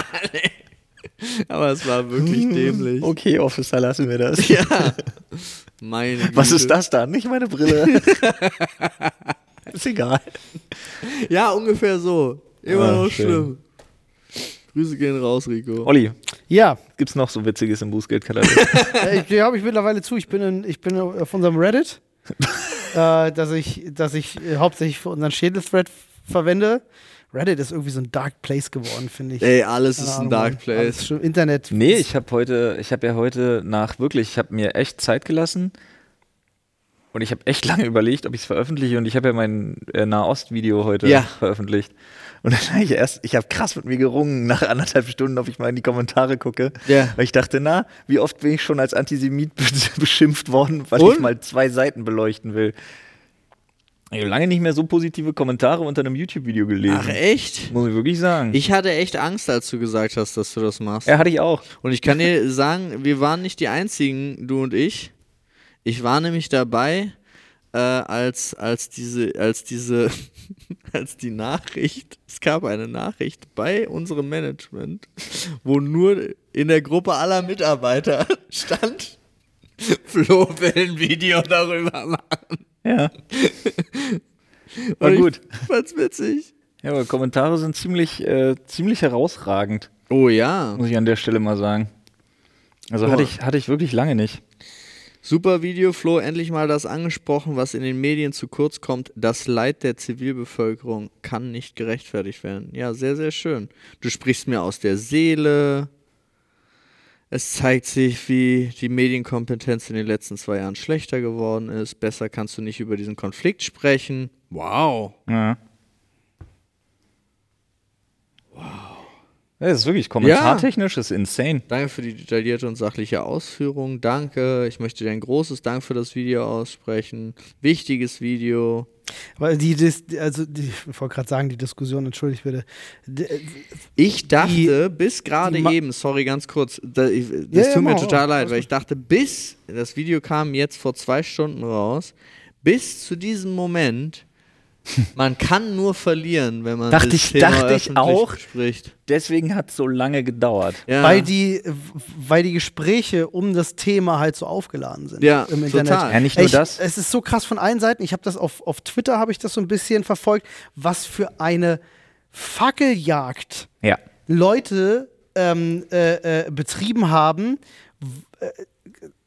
Speaker 3: Aber es war wirklich dämlich.
Speaker 2: Okay, Officer, lassen wir das.
Speaker 3: Ja. Meine Güte.
Speaker 2: Was ist das da? Nicht meine Brille. Ist egal.
Speaker 3: Ja, ungefähr so. Immer noch schlimm. Grüße gehen raus, Rico.
Speaker 2: Olli,
Speaker 1: Ja,
Speaker 2: gibt's noch so Witziges im Bußgeldkatalog?
Speaker 1: ich habe ich mittlerweile zu. Ich bin auf unserem Reddit, dass ich hauptsächlich für unseren Schädel-Thread verwende. Reddit ist irgendwie so ein Dark Place geworden, finde ich.
Speaker 3: Ey, alles
Speaker 1: Keine
Speaker 3: ist ein
Speaker 1: Ahnung,
Speaker 3: Dark
Speaker 1: Mann.
Speaker 3: Place.
Speaker 1: Alles schon Internet.
Speaker 2: Nee, ich habe ja heute ich habe mir echt Zeit gelassen und ich habe echt lange überlegt, ob ich es veröffentliche und ich habe ja mein Nahost-Video heute veröffentlicht. Und dann habe ich habe krass mit mir gerungen nach 1,5 Stunden, ob ich mal in die Kommentare gucke.
Speaker 3: Ja.
Speaker 2: Weil ich dachte, wie oft bin ich schon als Antisemit beschimpft worden, weil ich mal 2 Seiten beleuchten will. Ich habe lange nicht mehr so positive Kommentare unter einem YouTube-Video gelesen.
Speaker 3: Ach, echt?
Speaker 2: Muss ich wirklich sagen.
Speaker 3: Ich hatte echt Angst, als du gesagt hast, dass du das machst.
Speaker 2: Ja, hatte ich auch.
Speaker 3: Und ich kann dir sagen, wir waren nicht die Einzigen, du und ich. Ich war nämlich dabei, als die Nachricht, es gab eine Nachricht bei unserem Management, wo nur in der Gruppe aller Mitarbeiter stand, Flo will ein Video darüber machen.
Speaker 2: Ja. War gut.
Speaker 3: Ich fand's witzig.
Speaker 2: Ja, aber Kommentare sind ziemlich herausragend,
Speaker 3: Oh ja.
Speaker 2: muss ich an der Stelle mal sagen. Also hatte ich wirklich lange nicht.
Speaker 3: Super Video, Flo, endlich mal das angesprochen, was in den Medien zu kurz kommt. Das Leid der Zivilbevölkerung kann nicht gerechtfertigt werden. Ja, sehr, sehr schön. Du sprichst mir aus der Seele. Es zeigt sich, wie die Medienkompetenz in den letzten 2 Jahren schlechter geworden ist. Besser kannst du nicht über diesen Konflikt sprechen. Wow.
Speaker 2: Ja. Das ist wirklich kommentartechnisch, ist insane.
Speaker 3: Danke für die detaillierte und sachliche Ausführung. Danke. Ich möchte dir ein großes Dank für das Video aussprechen. Wichtiges Video.
Speaker 1: Aber ich wollte gerade sagen, die Diskussion, entschuldigt bitte.
Speaker 3: Ich dachte bis gerade eben, sorry, ganz kurz, das tut mir total leid, weil ich dachte, das Video kam jetzt vor 2 Stunden raus, bis zu diesem Moment, man kann nur verlieren, wenn man
Speaker 2: Dachte
Speaker 3: das
Speaker 2: ich
Speaker 3: Thema öffentlich
Speaker 2: auch.
Speaker 3: bespricht.
Speaker 2: Deswegen hat es so lange gedauert.
Speaker 3: Ja.
Speaker 1: Weil die Gespräche um das Thema halt so aufgeladen sind im Internet.
Speaker 3: total.
Speaker 2: Ja, nicht nur das.
Speaker 1: Es ist so krass von allen Seiten. Ich habe das auf Twitter habe ich das so ein bisschen verfolgt, was für eine Fackeljagd
Speaker 2: Ja.
Speaker 1: Leute betrieben haben,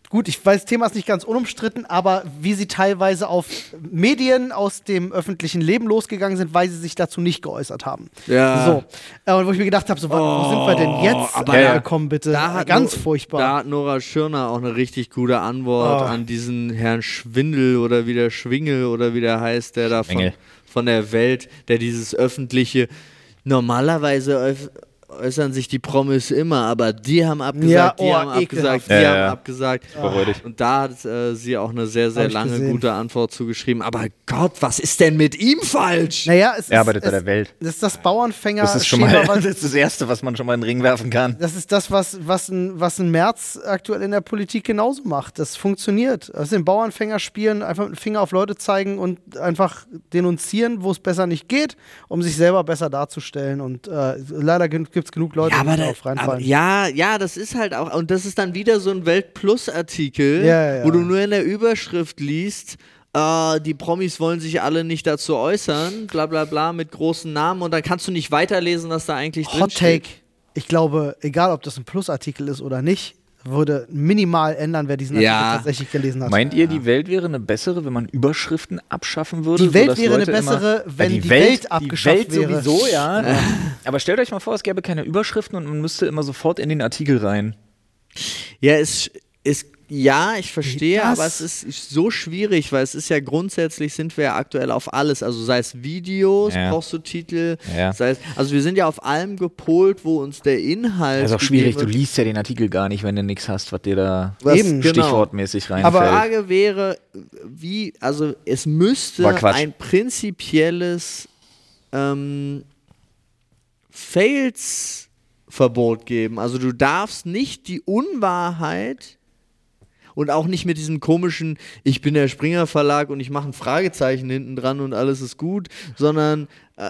Speaker 1: gut, ich weiß, das Thema ist nicht ganz unumstritten, aber wie sie teilweise auf Medien aus dem öffentlichen Leben losgegangen sind, weil sie sich dazu nicht geäußert haben.
Speaker 3: Ja.
Speaker 1: So. Und wo ich mir gedacht habe, so, wo sind wir denn jetzt angekommen, bitte? Ganz furchtbar.
Speaker 3: Da hat Nora Schirner auch eine richtig gute Antwort an diesen Herrn Schwindel oder wie der Schwingel oder wie der heißt, der da von der Welt, der dieses öffentliche, normalerweise äußern sich die Promis immer, aber die haben abgesagt, die haben abgesagt. Und da hat sie auch eine sehr, sehr lange gute Antwort zugeschrieben. Aber Gott, was ist denn mit ihm falsch?
Speaker 1: Naja,
Speaker 2: er arbeitet bei der Welt.
Speaker 1: Das ist das Bauernfänger.
Speaker 2: Das ist schon mal das ist das Erste, was man schon mal in den Ring werfen kann.
Speaker 1: Das ist das, was ein Merz aktuell in der Politik genauso macht. Das funktioniert. Also den Bauernfänger spielen, einfach mit dem Finger auf Leute zeigen und einfach denunzieren, wo es besser nicht geht, um sich selber besser darzustellen. Und leider gibt es genug Leute, die darauf reinfallen.
Speaker 3: Ja, das ist halt auch, und das ist dann wieder so ein Welt-Plus-Artikel, wo du nur in der Überschrift liest, die Promis wollen sich alle nicht dazu äußern, bla bla bla, mit großen Namen, und dann kannst du nicht weiterlesen, was da eigentlich drin steht.
Speaker 1: Hot Take. Ich glaube, egal ob das ein Plus-Artikel ist oder nicht, würde minimal ändern, wer diesen Artikel tatsächlich gelesen hat.
Speaker 2: Meint ihr, die Welt wäre eine bessere, wenn man Überschriften abschaffen würde?
Speaker 1: Die Welt wäre eine bessere, wenn die Welt abgeschafft wäre.
Speaker 2: Die Welt sowieso, ja. Aber stellt euch mal vor, es gäbe keine Überschriften und man müsste immer sofort in den Artikel rein.
Speaker 3: Ja, ich verstehe, aber es ist so schwierig, weil es ist ja grundsätzlich, sind wir ja aktuell auf alles, also sei es Videos, brauchst du Titel, sei es, also wir sind ja auf allem gepolt, wo uns der Inhalt.
Speaker 2: Das ist auch schwierig, du liest ja den Artikel gar nicht, wenn du nichts hast, was dir da stichwortmäßig reinfällt.
Speaker 3: Aber die Frage wäre, es müsste ein prinzipielles Fails-Verbot geben, also du darfst nicht die Unwahrheit. Und auch nicht mit diesem komischen, ich bin der Springer Verlag und ich mache ein Fragezeichen hinten dran und alles ist gut, sondern,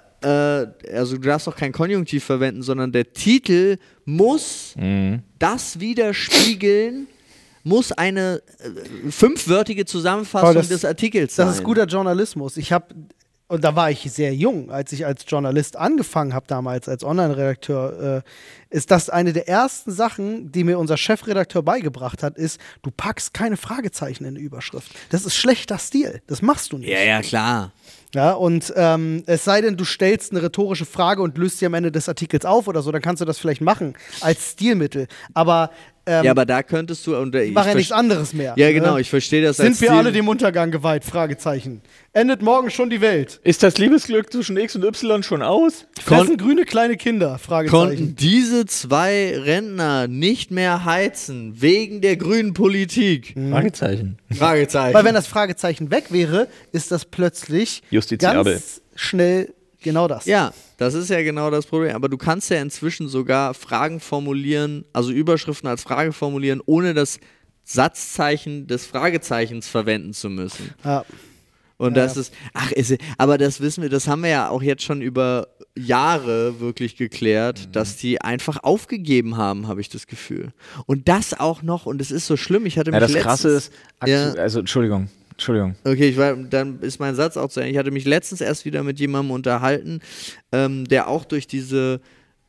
Speaker 3: also du darfst auch kein Konjunktiv verwenden, sondern der Titel muss das widerspiegeln, muss eine 5-wörtige Zusammenfassung des Artikels sein.
Speaker 1: Das ist guter Journalismus. Und da war ich sehr jung, als ich als Journalist angefangen habe, damals als Online-Redakteur, ist das eine der ersten Sachen, die mir unser Chefredakteur beigebracht hat, ist, du packst keine Fragezeichen in die Überschrift. Das ist schlechter Stil. Das machst du nicht.
Speaker 3: Ja, klar.
Speaker 1: Ja, und es sei denn, du stellst eine rhetorische Frage und löst sie am Ende des Artikels auf oder so, dann kannst du das vielleicht machen als Stilmittel. Aber
Speaker 3: aber da könntest du.
Speaker 1: Ich mache ja nichts anderes mehr.
Speaker 3: Ja, genau, ich verstehe das.
Speaker 1: Sind wir alle dem Untergang geweiht? Fragezeichen. Endet morgen schon die Welt?
Speaker 2: Ist das Liebesglück zwischen X und Y schon aus?
Speaker 1: Fressen grüne kleine Kinder? Fragezeichen.
Speaker 3: Konnten diese 2 Rentner nicht mehr heizen wegen der grünen Politik?
Speaker 2: Fragezeichen.
Speaker 1: Weil wenn das Fragezeichen weg wäre, ist das plötzlich ganz schnell genau das.
Speaker 3: Ja, das ist ja genau das Problem. Aber du kannst ja inzwischen sogar Fragen formulieren, also Überschriften als Frage formulieren, ohne das Satzzeichen des Fragezeichens verwenden zu müssen.
Speaker 1: Ja.
Speaker 3: Und das ist, aber das wissen wir, das haben wir ja auch jetzt schon über Jahre wirklich geklärt, dass die einfach aufgegeben haben, habe ich das Gefühl. Und das auch noch, und es ist so schlimm, ich hatte mich
Speaker 2: das Krasse ist, also Entschuldigung.
Speaker 3: Okay, dann ist mein Satz auch zu Ende. Ich hatte mich letztens erst wieder mit jemandem unterhalten, der auch durch diese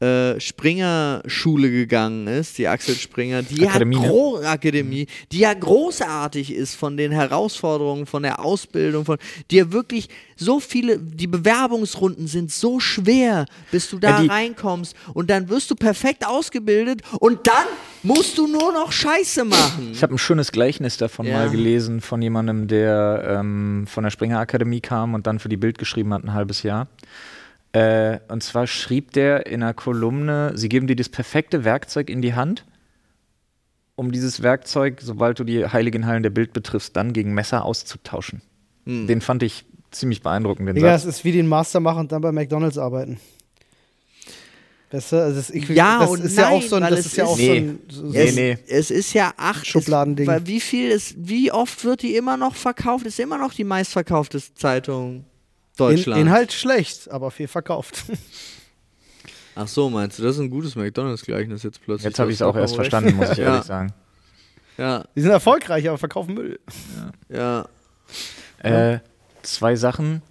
Speaker 3: Springer-Schule gegangen ist, die Axel Springer, die Akademie, die ja großartig ist von den Herausforderungen, von der Ausbildung, die ja wirklich so viele, die Bewerbungsrunden sind so schwer, bis du da reinkommst und dann wirst du perfekt ausgebildet und dann musst du nur noch Scheiße machen.
Speaker 2: Ich habe ein schönes Gleichnis davon mal gelesen von jemandem, der von der Springer Akademie kam und dann für die Bild geschrieben hat, ein halbes Jahr. Und zwar schrieb der in einer Kolumne, sie geben dir das perfekte Werkzeug in die Hand, um dieses Werkzeug, sobald du die heiligen Hallen der Bild betriffst, dann gegen Messer auszutauschen. Den fand ich ziemlich beeindruckend, den
Speaker 1: Digga,
Speaker 2: Satz.
Speaker 1: es ist wie den Master machen und dann bei McDonald's arbeiten. Weißt du? Also es ist ja auch so ein
Speaker 3: Es ist ja
Speaker 1: Schubladending.
Speaker 3: Wie oft wird die immer noch verkauft? Ist immer noch die meistverkaufte Zeitung Deutschland.
Speaker 1: Inhalt schlecht, aber viel verkauft.
Speaker 3: Ach so, meinst du, das ist ein gutes McDonalds-Gleichnis jetzt plötzlich?
Speaker 2: Jetzt habe ich es auch erst verstanden, muss ich ehrlich sagen.
Speaker 3: Ja.
Speaker 1: Die sind erfolgreich, aber verkaufen Müll.
Speaker 3: Ja.
Speaker 2: 2 Sachen.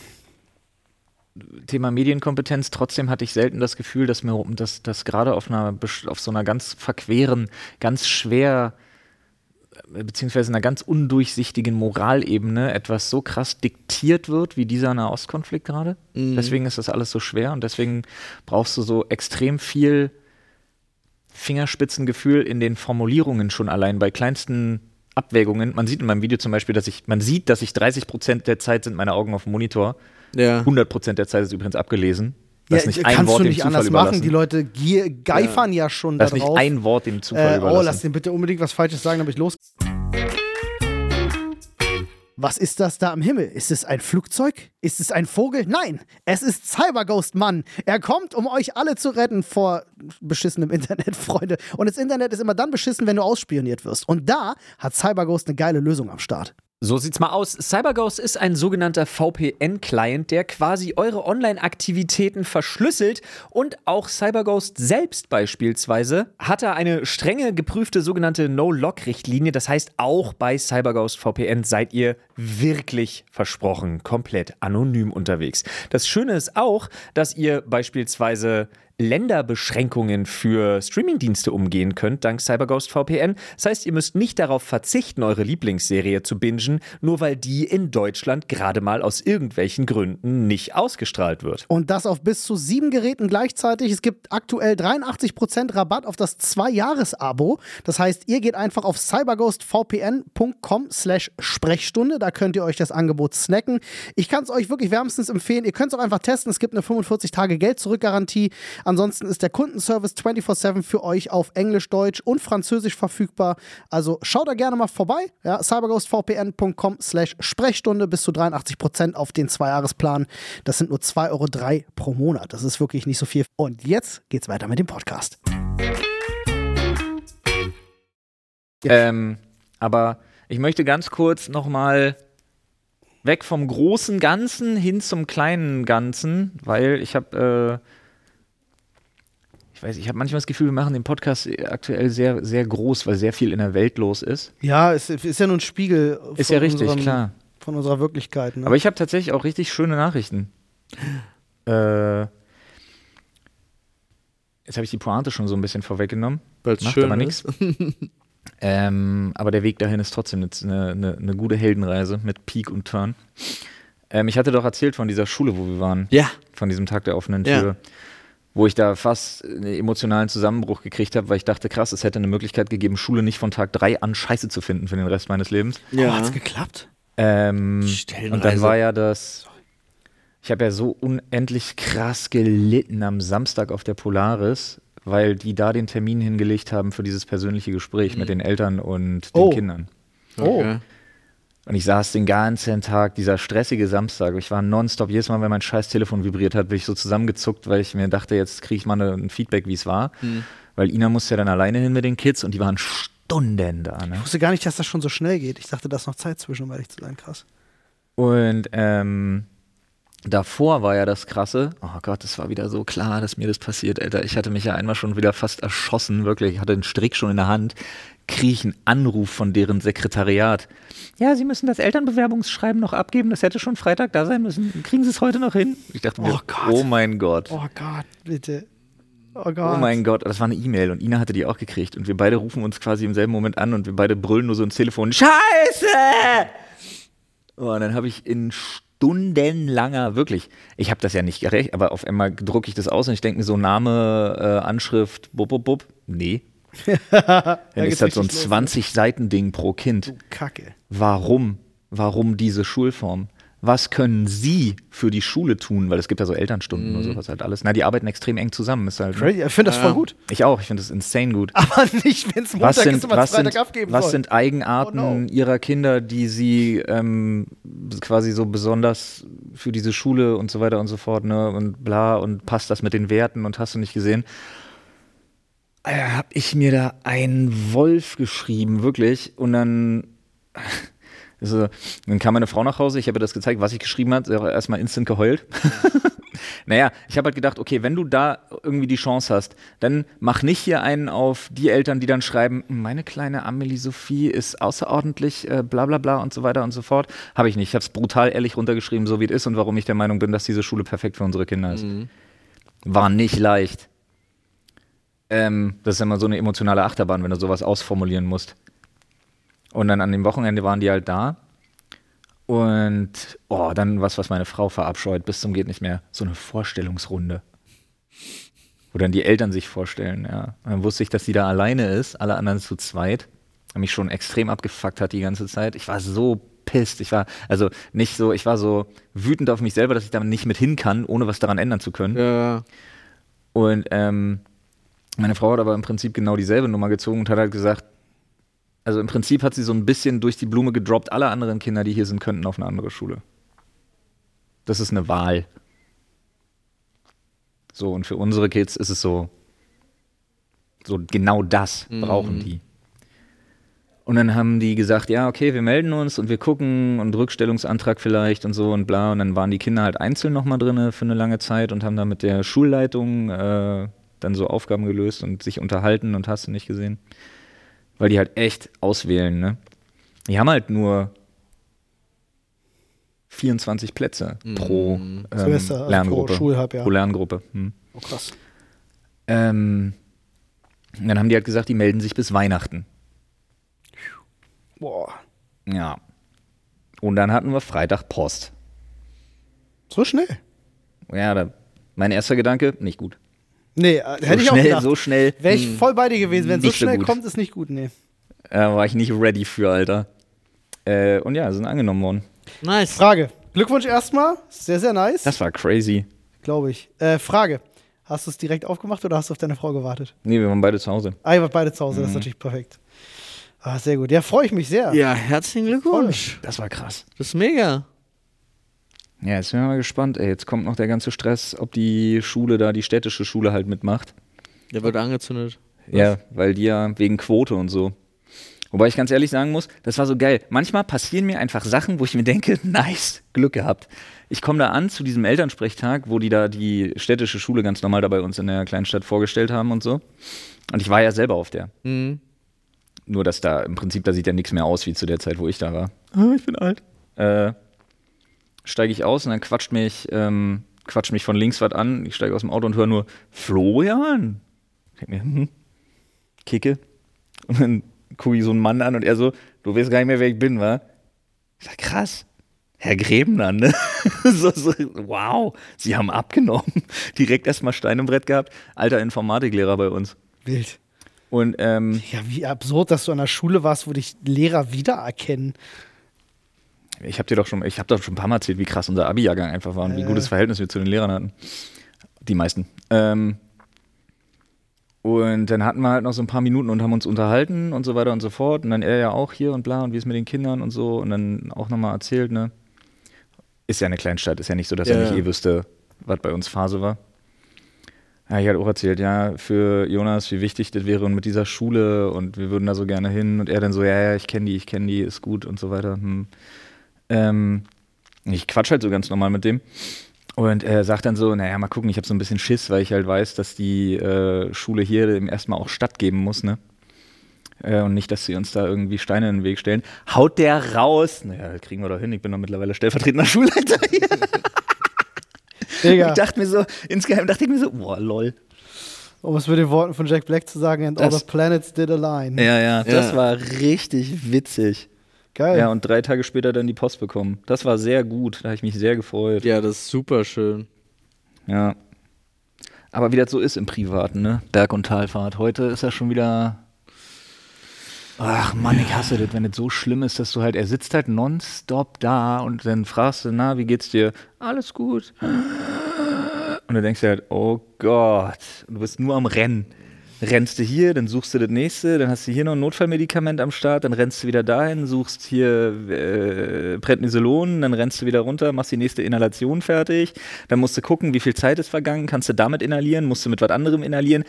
Speaker 2: Thema Medienkompetenz. Trotzdem hatte ich selten das Gefühl, dass gerade auf so einer ganz verqueren, ganz schwer beziehungsweise einer ganz undurchsichtigen Moralebene etwas so krass diktiert wird, wie dieser Nahostkonflikt gerade. Deswegen ist das alles so schwer und deswegen brauchst du so extrem viel Fingerspitzengefühl in den Formulierungen schon allein bei kleinsten Abwägungen. Man sieht in meinem Video zum Beispiel, dass ich 30% der Zeit sind meine Augen auf dem Monitor.
Speaker 3: Ja.
Speaker 2: 100% der Zeit ist übrigens abgelesen. Lass nicht ein
Speaker 1: kannst
Speaker 2: Wort
Speaker 1: du
Speaker 2: dem
Speaker 1: nicht
Speaker 2: Zufall
Speaker 1: anders
Speaker 2: überlassen.
Speaker 1: machen. Die Leute geifern ja schon da
Speaker 2: Lass nicht
Speaker 1: drauf.
Speaker 2: ein Wort dem Zufall überlassen.
Speaker 1: Lass den bitte unbedingt was Falsches sagen, damit ich los. Was ist das da am Himmel? Ist es ein Flugzeug? Ist es ein Vogel? Nein, es ist Cyberghost, Mann. Er kommt, um euch alle zu retten vor beschissenem Internet, Freunde. Und das Internet ist immer dann beschissen, wenn du ausspioniert wirst. Und da hat Cyberghost eine geile Lösung am Start.
Speaker 4: So sieht's mal aus. CyberGhost ist ein sogenannter VPN-Client, der quasi eure Online-Aktivitäten verschlüsselt und auch CyberGhost selbst beispielsweise hat da eine strenge geprüfte sogenannte No-Log-Richtlinie. Das heißt, auch bei CyberGhost VPN seid ihr wirklich versprochen komplett anonym unterwegs. Das Schöne ist auch, dass ihr beispielsweise Länderbeschränkungen für Streamingdienste umgehen könnt, dank CyberGhost VPN. Das heißt, ihr müsst nicht darauf verzichten, eure Lieblingsserie zu bingen, nur weil die in Deutschland gerade mal aus irgendwelchen Gründen nicht ausgestrahlt wird.
Speaker 1: Und das auf bis zu 7 Geräten gleichzeitig. Es gibt aktuell 83% Rabatt auf das 2-Jahres-Abo. Das heißt, ihr geht einfach auf cyberghostvpn.com/Sprechstunde. Da könnt ihr euch das Angebot snacken. Ich kann es euch wirklich wärmstens empfehlen. Ihr könnt es auch einfach testen. Es gibt eine 45-Tage-Geld-Zurück-Garantie. Ansonsten ist der Kundenservice 24/7 für euch auf Englisch, Deutsch und Französisch verfügbar. Also schaut da gerne mal vorbei. Ja, cyberghostvpn.com/Sprechstunde bis zu 83% auf den 2-Jahresplan. Das sind nur 2,03 € pro Monat. Das ist wirklich nicht so viel. Und jetzt geht's weiter mit dem Podcast.
Speaker 2: Aber ich möchte ganz kurz nochmal weg vom großen Ganzen hin zum kleinen Ganzen, weil ich habe ich habe manchmal das Gefühl, wir machen den Podcast aktuell sehr, sehr groß, weil sehr viel in der Welt los ist.
Speaker 1: Ja, es ist ja nur ein Spiegel
Speaker 2: Ist ja richtig, klar.
Speaker 1: Von unserer Wirklichkeit. Ne?
Speaker 2: Aber ich habe tatsächlich auch richtig schöne Nachrichten. Jetzt habe ich die Pointe schon so ein bisschen vorweggenommen.
Speaker 3: Weil's
Speaker 2: Macht
Speaker 3: schön
Speaker 2: aber
Speaker 3: ist.
Speaker 2: nichts. Aber der Weg dahin ist trotzdem eine gute Heldenreise mit Peak und Turn. Ich hatte doch erzählt von dieser Schule, wo wir waren.
Speaker 3: Ja.
Speaker 2: Von diesem Tag der offenen Tür.
Speaker 3: Ja.
Speaker 2: Wo ich da fast einen emotionalen Zusammenbruch gekriegt habe, weil ich dachte, krass, es hätte eine Möglichkeit gegeben, Schule nicht von Tag 3 an scheiße zu finden für den Rest meines Lebens.
Speaker 3: Ja.
Speaker 1: hat's geklappt?
Speaker 2: Und dann
Speaker 3: Stellenweise.
Speaker 2: war ja ich habe ja so unendlich krass gelitten am Samstag auf der Polaris, weil die da den Termin hingelegt haben für dieses persönliche Gespräch mit den Eltern und den Kindern.
Speaker 3: Okay.
Speaker 2: Und ich saß den ganzen Tag, dieser stressige Samstag, ich war nonstop, jedes Mal, wenn mein scheiß Telefon vibriert hat, bin ich so zusammengezuckt, weil ich mir dachte, jetzt kriege ich mal ein Feedback, wie es war. Weil Ina musste ja dann alleine hin mit den Kids und die waren Stunden da. Ne?
Speaker 1: Ich wusste gar nicht, dass das schon so schnell geht. Ich dachte, da ist noch Zeit zwischen, um ehrlich zu sein. Krass.
Speaker 2: Und davor war ja das Krasse, oh Gott, es war wieder so klar, dass mir das passiert, Alter. Ich hatte mich ja einmal schon wieder fast erschossen, wirklich. Ich hatte den Strick schon in der Hand, kriege ich einen Anruf von deren Sekretariat. Ja, Sie müssen das Elternbewerbungsschreiben noch abgeben, das hätte schon Freitag da sein müssen. Kriegen Sie es heute noch hin? Ich dachte mir,
Speaker 1: Oh Gott.
Speaker 2: oh mein Gott.
Speaker 1: Oh Gott, bitte. Oh Gott.
Speaker 2: Oh mein Gott, das war eine E-Mail und Ina hatte die auch gekriegt und wir beide rufen uns quasi im selben Moment an und wir beide brüllen nur so ins Telefon, Scheiße! Oh, und dann habe ich in stundenlanger, wirklich, ich habe das ja nicht gerechnet, aber auf einmal drucke ich das aus und ich denke mir so Name, Anschrift, bub. Nee. Dann ist das so ein 20-Seiten-Ding pro Kind.
Speaker 1: Kacke.
Speaker 2: Warum? Warum diese Schulform? Was können Sie für die Schule tun? Weil es gibt ja so Elternstunden und sowas halt alles. Na, die arbeiten extrem eng zusammen. Ist halt,
Speaker 1: Crazy. Ich finde das voll gut.
Speaker 2: Ich auch, ich finde das insane gut.
Speaker 1: Aber nicht, wenn es Montag ist und man es Freitag abgeben
Speaker 2: was
Speaker 1: soll.
Speaker 2: sind Eigenarten
Speaker 1: Oh no.
Speaker 2: Ihrer Kinder, die Sie quasi so besonders für diese Schule und so weiter und so fort, ne, und bla, und passt das mit den Werten und hast du nicht gesehen? Habe ich mir da einen Wolf geschrieben, wirklich, und dann kam meine Frau nach Hause, ich habe ihr das gezeigt, was ich geschrieben habe, sie hat erstmal instant geheult. Naja, ich habe halt gedacht, okay, wenn du da irgendwie die Chance hast, dann mach nicht hier einen auf die Eltern, die dann schreiben, meine kleine Amelie Sophie ist außerordentlich bla bla bla und so weiter und so fort. Habe ich nicht. Ich habe es brutal ehrlich runtergeschrieben, so wie es ist und warum ich der Meinung bin, dass diese Schule perfekt für unsere Kinder ist. War nicht leicht. Das ist immer so eine emotionale Achterbahn, wenn du sowas ausformulieren musst. Und dann an dem Wochenende waren die halt da. Und dann was meine Frau verabscheut, bis zum geht nicht mehr, so eine Vorstellungsrunde. Wo dann die Eltern sich vorstellen, ja. Und dann wusste ich, dass sie da alleine ist, alle anderen zu zweit. Mich schon extrem abgefuckt hat die ganze Zeit. Ich war so pisst. Ich war so wütend auf mich selber, dass ich da nicht mit hin kann, ohne was daran ändern zu können.
Speaker 3: Ja.
Speaker 2: Und meine Frau hat aber im Prinzip genau dieselbe Nummer gezogen und hat halt gesagt, also im Prinzip hat sie so ein bisschen durch die Blume gedroppt, alle anderen Kinder, die hier sind, könnten auf eine andere Schule. Das ist eine Wahl. So, und für unsere Kids ist es so genau das brauchen die. Und dann haben die gesagt, ja, okay, wir melden uns und wir gucken und Rückstellungsantrag vielleicht und so und bla. Und dann waren die Kinder halt einzeln nochmal drin für eine lange Zeit und haben dann mit der Schulleitung dann so Aufgaben gelöst und sich unterhalten und hast du nicht gesehen. Weil die halt echt auswählen, ne? Die haben halt nur 24 Plätze pro
Speaker 1: Semester, also
Speaker 2: Lerngruppe.
Speaker 1: pro Schulhalbjahr.
Speaker 2: Pro Lerngruppe.
Speaker 1: Oh, krass.
Speaker 2: Und dann haben die halt gesagt, die melden sich bis Weihnachten.
Speaker 1: Boah.
Speaker 2: Ja. Und dann hatten wir Freitag Post.
Speaker 1: So schnell?
Speaker 2: Ja, mein erster Gedanke, nicht gut.
Speaker 1: Nee, hätte ich auch gedacht.
Speaker 2: So schnell.
Speaker 1: Wäre ich voll bei dir gewesen. Wenn so
Speaker 2: nicht so
Speaker 1: schnell
Speaker 2: gut.
Speaker 1: kommt, ist nicht gut, nee.
Speaker 2: War ich nicht ready für, Alter. Und ja, sind angenommen worden.
Speaker 3: Nice.
Speaker 1: Frage. Glückwunsch erstmal. Sehr, sehr nice.
Speaker 2: Das war crazy.
Speaker 1: Glaube ich. Frage. Hast du es direkt aufgemacht oder hast du auf deine Frau gewartet?
Speaker 2: Nee, wir waren beide zu Hause.
Speaker 1: Ah, ihr wart beide zu Hause. Das ist natürlich perfekt. Ah, sehr gut. Ja, freue ich mich sehr.
Speaker 3: Ja, herzlichen Glückwunsch.
Speaker 2: Das war krass.
Speaker 3: Das ist mega.
Speaker 2: Ja, jetzt sind wir mal gespannt, ey. Jetzt kommt noch der ganze Stress, ob die Schule da, die städtische Schule halt mitmacht.
Speaker 3: Der wird angezündet.
Speaker 2: Ja, weil die ja wegen Quote und so. Wobei ich ganz ehrlich sagen muss, das war so geil. Manchmal passieren mir einfach Sachen, wo ich mir denke, nice, Glück gehabt. Ich komme da an zu diesem Elternsprechtag, wo die da die städtische Schule ganz normal da bei uns in der Kleinstadt vorgestellt haben und so. Und ich war ja selber auf der.
Speaker 3: Mhm.
Speaker 2: Nur, dass da im Prinzip, da sieht ja nichts mehr aus wie zu der Zeit, wo ich da war. Ich bin alt. Steige ich aus und dann quatscht mich von links was an. Ich steige aus dem Auto und höre nur, Florian. Ich denke mir, kicke. Und dann gucke ich so einen Mann an und er so, du weißt gar nicht mehr, wer ich bin, wa? Ich sag, krass. Herr Grebner, ne? so, wow, Sie haben abgenommen. Direkt erstmal Stein im Brett gehabt. Alter Informatiklehrer bei uns.
Speaker 1: Wild.
Speaker 2: Und
Speaker 1: Ja, wie absurd, dass du an der Schule warst, wo dich Lehrer wiedererkennen.
Speaker 2: ich habe doch schon ein paar Mal erzählt, wie krass unser Abi-Jahrgang einfach war und wie gutes Verhältnis wir zu den Lehrern hatten. Die meisten. Und dann hatten wir halt noch so ein paar Minuten und haben uns unterhalten und so weiter und so fort. Und dann er ja auch hier und bla und wie es mit den Kindern und so. Und dann auch nochmal erzählt, ne? Ist ja eine Kleinstadt, ist ja nicht so, dass er nicht wüsste, was bei uns Phase war. Ja, ich hatte auch erzählt, ja, für Jonas, wie wichtig das wäre und mit dieser Schule und wir würden da so gerne hin. Und er dann so, ja, ich kenne die, ist gut und so weiter. Ich quatsch halt so ganz normal mit dem. Und er sagt dann so, naja, mal gucken, ich habe so ein bisschen Schiss, weil ich halt weiß, dass die Schule hier dem erstmal auch Stadt geben muss, ne? Und nicht, dass sie uns da irgendwie Steine in den Weg stellen. Haut der raus! Naja, das kriegen wir doch hin, ich bin doch mittlerweile stellvertretender Schulleiter hier.
Speaker 1: Digga.
Speaker 2: Ich dachte mir so, insgeheim dachte ich mir so, boah, lol.
Speaker 1: Um es mit den Worten von Jack Black zu sagen, and all the planets did align.
Speaker 2: Ja, das war richtig witzig.
Speaker 1: Geil.
Speaker 2: Ja, und 3 Tage später dann die Post bekommen. Das war sehr gut, da habe ich mich sehr gefreut.
Speaker 3: Ja, das ist super schön.
Speaker 2: Ja. Aber wie das so ist im Privaten, ne? Berg- und Talfahrt. Heute ist er schon wieder. Ach Mann, ich hasse das, wenn es so schlimm ist, dass du halt, er sitzt halt nonstop da und dann fragst du, na, wie geht's dir? Alles gut. Und dann denkst du halt, oh Gott, du bist nur am Rennen. Rennst du hier, dann suchst du das nächste, dann hast du hier noch ein Notfallmedikament am Start, dann rennst du wieder dahin, suchst hier Prednisolon, dann rennst du wieder runter, machst die nächste Inhalation fertig, dann musst du gucken, wie viel Zeit ist vergangen, kannst du damit inhalieren, musst du mit was anderem inhalieren.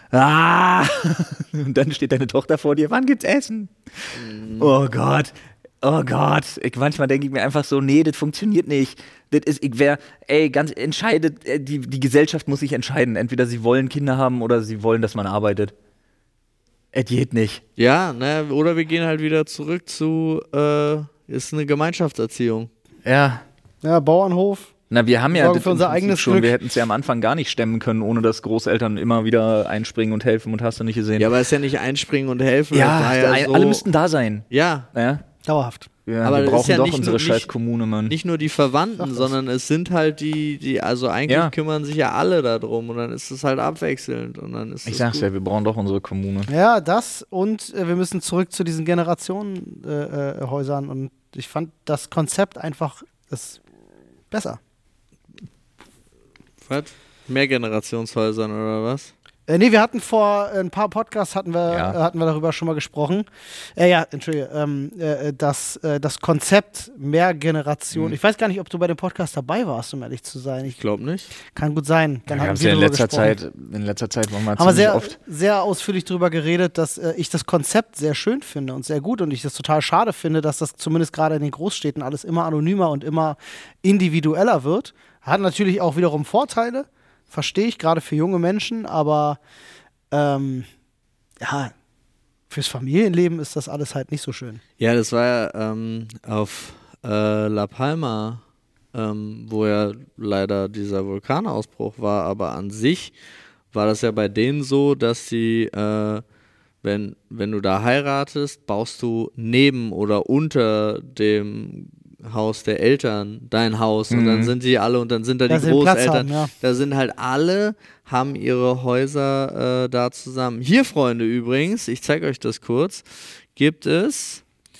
Speaker 2: Und dann steht deine Tochter vor dir, wann gibt's Essen? Oh Gott. Manchmal denke ich mir einfach so, nee, das funktioniert nicht. Ganz entscheidet, die Gesellschaft muss sich entscheiden. Entweder sie wollen Kinder haben oder sie wollen, dass man arbeitet. Es geht nicht.
Speaker 3: Ja, ne, oder wir gehen halt wieder zurück zu, ist eine Gemeinschaftserziehung.
Speaker 2: Ja.
Speaker 1: Ja, Bauernhof.
Speaker 2: Na, wir haben ja
Speaker 1: sorgen
Speaker 2: das
Speaker 1: für unser
Speaker 2: im Prinzip
Speaker 1: eigenes
Speaker 2: schon.
Speaker 1: Glück.
Speaker 2: Wir hätten es ja am Anfang gar nicht stemmen können, ohne dass Großeltern immer wieder einspringen und helfen und hast du nicht gesehen.
Speaker 3: Ja, aber es ist ja nicht einspringen und helfen.
Speaker 2: Ja,
Speaker 3: das war ja so,
Speaker 2: alle müssten da sein.
Speaker 3: Ja,
Speaker 2: Ja,
Speaker 1: Dauerhaft.
Speaker 2: ja
Speaker 3: Aber
Speaker 2: wir
Speaker 3: das ist
Speaker 2: brauchen
Speaker 3: ja
Speaker 2: doch
Speaker 3: nicht
Speaker 2: unsere
Speaker 3: nur-
Speaker 2: scheiß Kommune, Mann.
Speaker 3: nicht nur die Verwandten, sondern es sind halt die also eigentlich
Speaker 2: Ja.
Speaker 3: kümmern sich ja alle darum und dann ist es halt abwechselnd und dann ist
Speaker 2: Ich
Speaker 3: es
Speaker 2: sag's
Speaker 3: gut.
Speaker 2: ja, wir brauchen doch unsere Kommune.
Speaker 1: Ja, das und wir müssen zurück zu diesen Generationenhäusern und ich fand das Konzept einfach ist besser.
Speaker 3: Was? Mehrgenerationshäusern oder was?
Speaker 1: Nee, wir hatten vor ein paar Podcasts hatten wir darüber schon mal gesprochen. Entschuldige, das Konzept Mehrgeneration. Ich weiß gar nicht, ob du bei dem Podcast dabei warst, um ehrlich zu sein.
Speaker 3: Ich glaube nicht.
Speaker 1: Kann gut sein. Dann
Speaker 2: Wir haben
Speaker 1: hatten
Speaker 2: es ja in
Speaker 1: drüber
Speaker 2: letzter
Speaker 1: gesprochen.
Speaker 2: Zeit waren wir
Speaker 1: Haben wir
Speaker 2: ziemlich
Speaker 1: sehr,
Speaker 2: oft.
Speaker 1: sehr ausführlich darüber geredet, dass ich das Konzept sehr schön finde und sehr gut und ich das total schade finde, dass das zumindest gerade in den Großstädten alles immer anonymer und immer individueller wird. Hat natürlich auch wiederum Vorteile, verstehe ich, gerade für junge Menschen, aber ja, fürs Familienleben ist das alles halt nicht so schön.
Speaker 3: Ja, das war ja auf La Palma, wo ja leider dieser Vulkanausbruch war, aber an sich war das ja bei denen so, dass sie, wenn du da heiratest, baust du neben oder unter dem Haus der Eltern dein Haus und dann sind die alle und dann sind da
Speaker 1: Dass
Speaker 3: die
Speaker 1: sie den Platz
Speaker 3: Großeltern.
Speaker 1: haben, ja.
Speaker 3: Da sind halt alle, haben ihre Häuser da zusammen. Hier, Freunde, übrigens, ich zeige euch das kurz, gibt es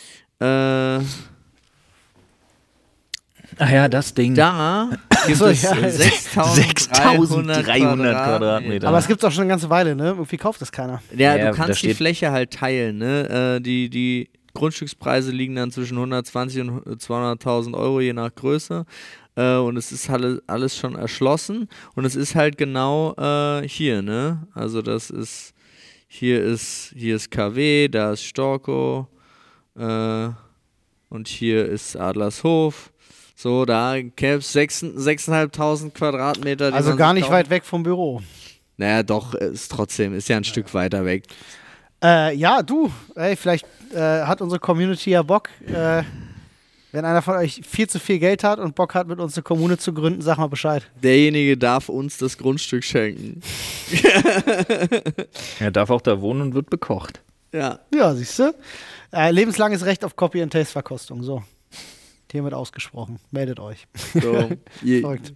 Speaker 2: Ach ja, das Ding.
Speaker 3: da gibt
Speaker 1: So,
Speaker 3: es
Speaker 1: ja.
Speaker 3: 6.300
Speaker 2: Quadratmeter.
Speaker 1: Aber es gibt es auch schon eine ganze Weile, ne? Irgendwie kauft das keiner.
Speaker 3: Ja,
Speaker 2: Ja,
Speaker 3: du
Speaker 2: da
Speaker 3: kannst die
Speaker 2: steht-
Speaker 3: Fläche halt teilen, ne? Die Grundstückspreise liegen dann zwischen 120 und 200.000 Euro, je nach Größe. Und es ist halt alles schon erschlossen. Und es ist halt genau hier, ne? Also das ist, hier ist KW, da ist Storkow und hier ist Adlershof. So, da gäbe es 6.500 Quadratmeter. die
Speaker 1: Also
Speaker 3: man
Speaker 1: gar
Speaker 3: sich
Speaker 1: nicht
Speaker 3: kaufen-
Speaker 1: weit weg vom Büro.
Speaker 3: Naja, doch, ist ja ein Stück weiter weg.
Speaker 1: Ja, du, ey, vielleicht hat unsere Community ja Bock, wenn einer von euch viel zu viel Geld hat und Bock hat, mit uns eine Kommune zu gründen, sag mal Bescheid.
Speaker 3: Derjenige darf uns das Grundstück schenken.
Speaker 2: Er darf auch da wohnen und wird bekocht.
Speaker 3: Ja.
Speaker 1: Ja, siehst du? Lebenslanges Recht auf Copy-and-Taste-Verkostung, so. Hiermit ausgesprochen. Meldet euch.
Speaker 3: So,
Speaker 1: Verrückt.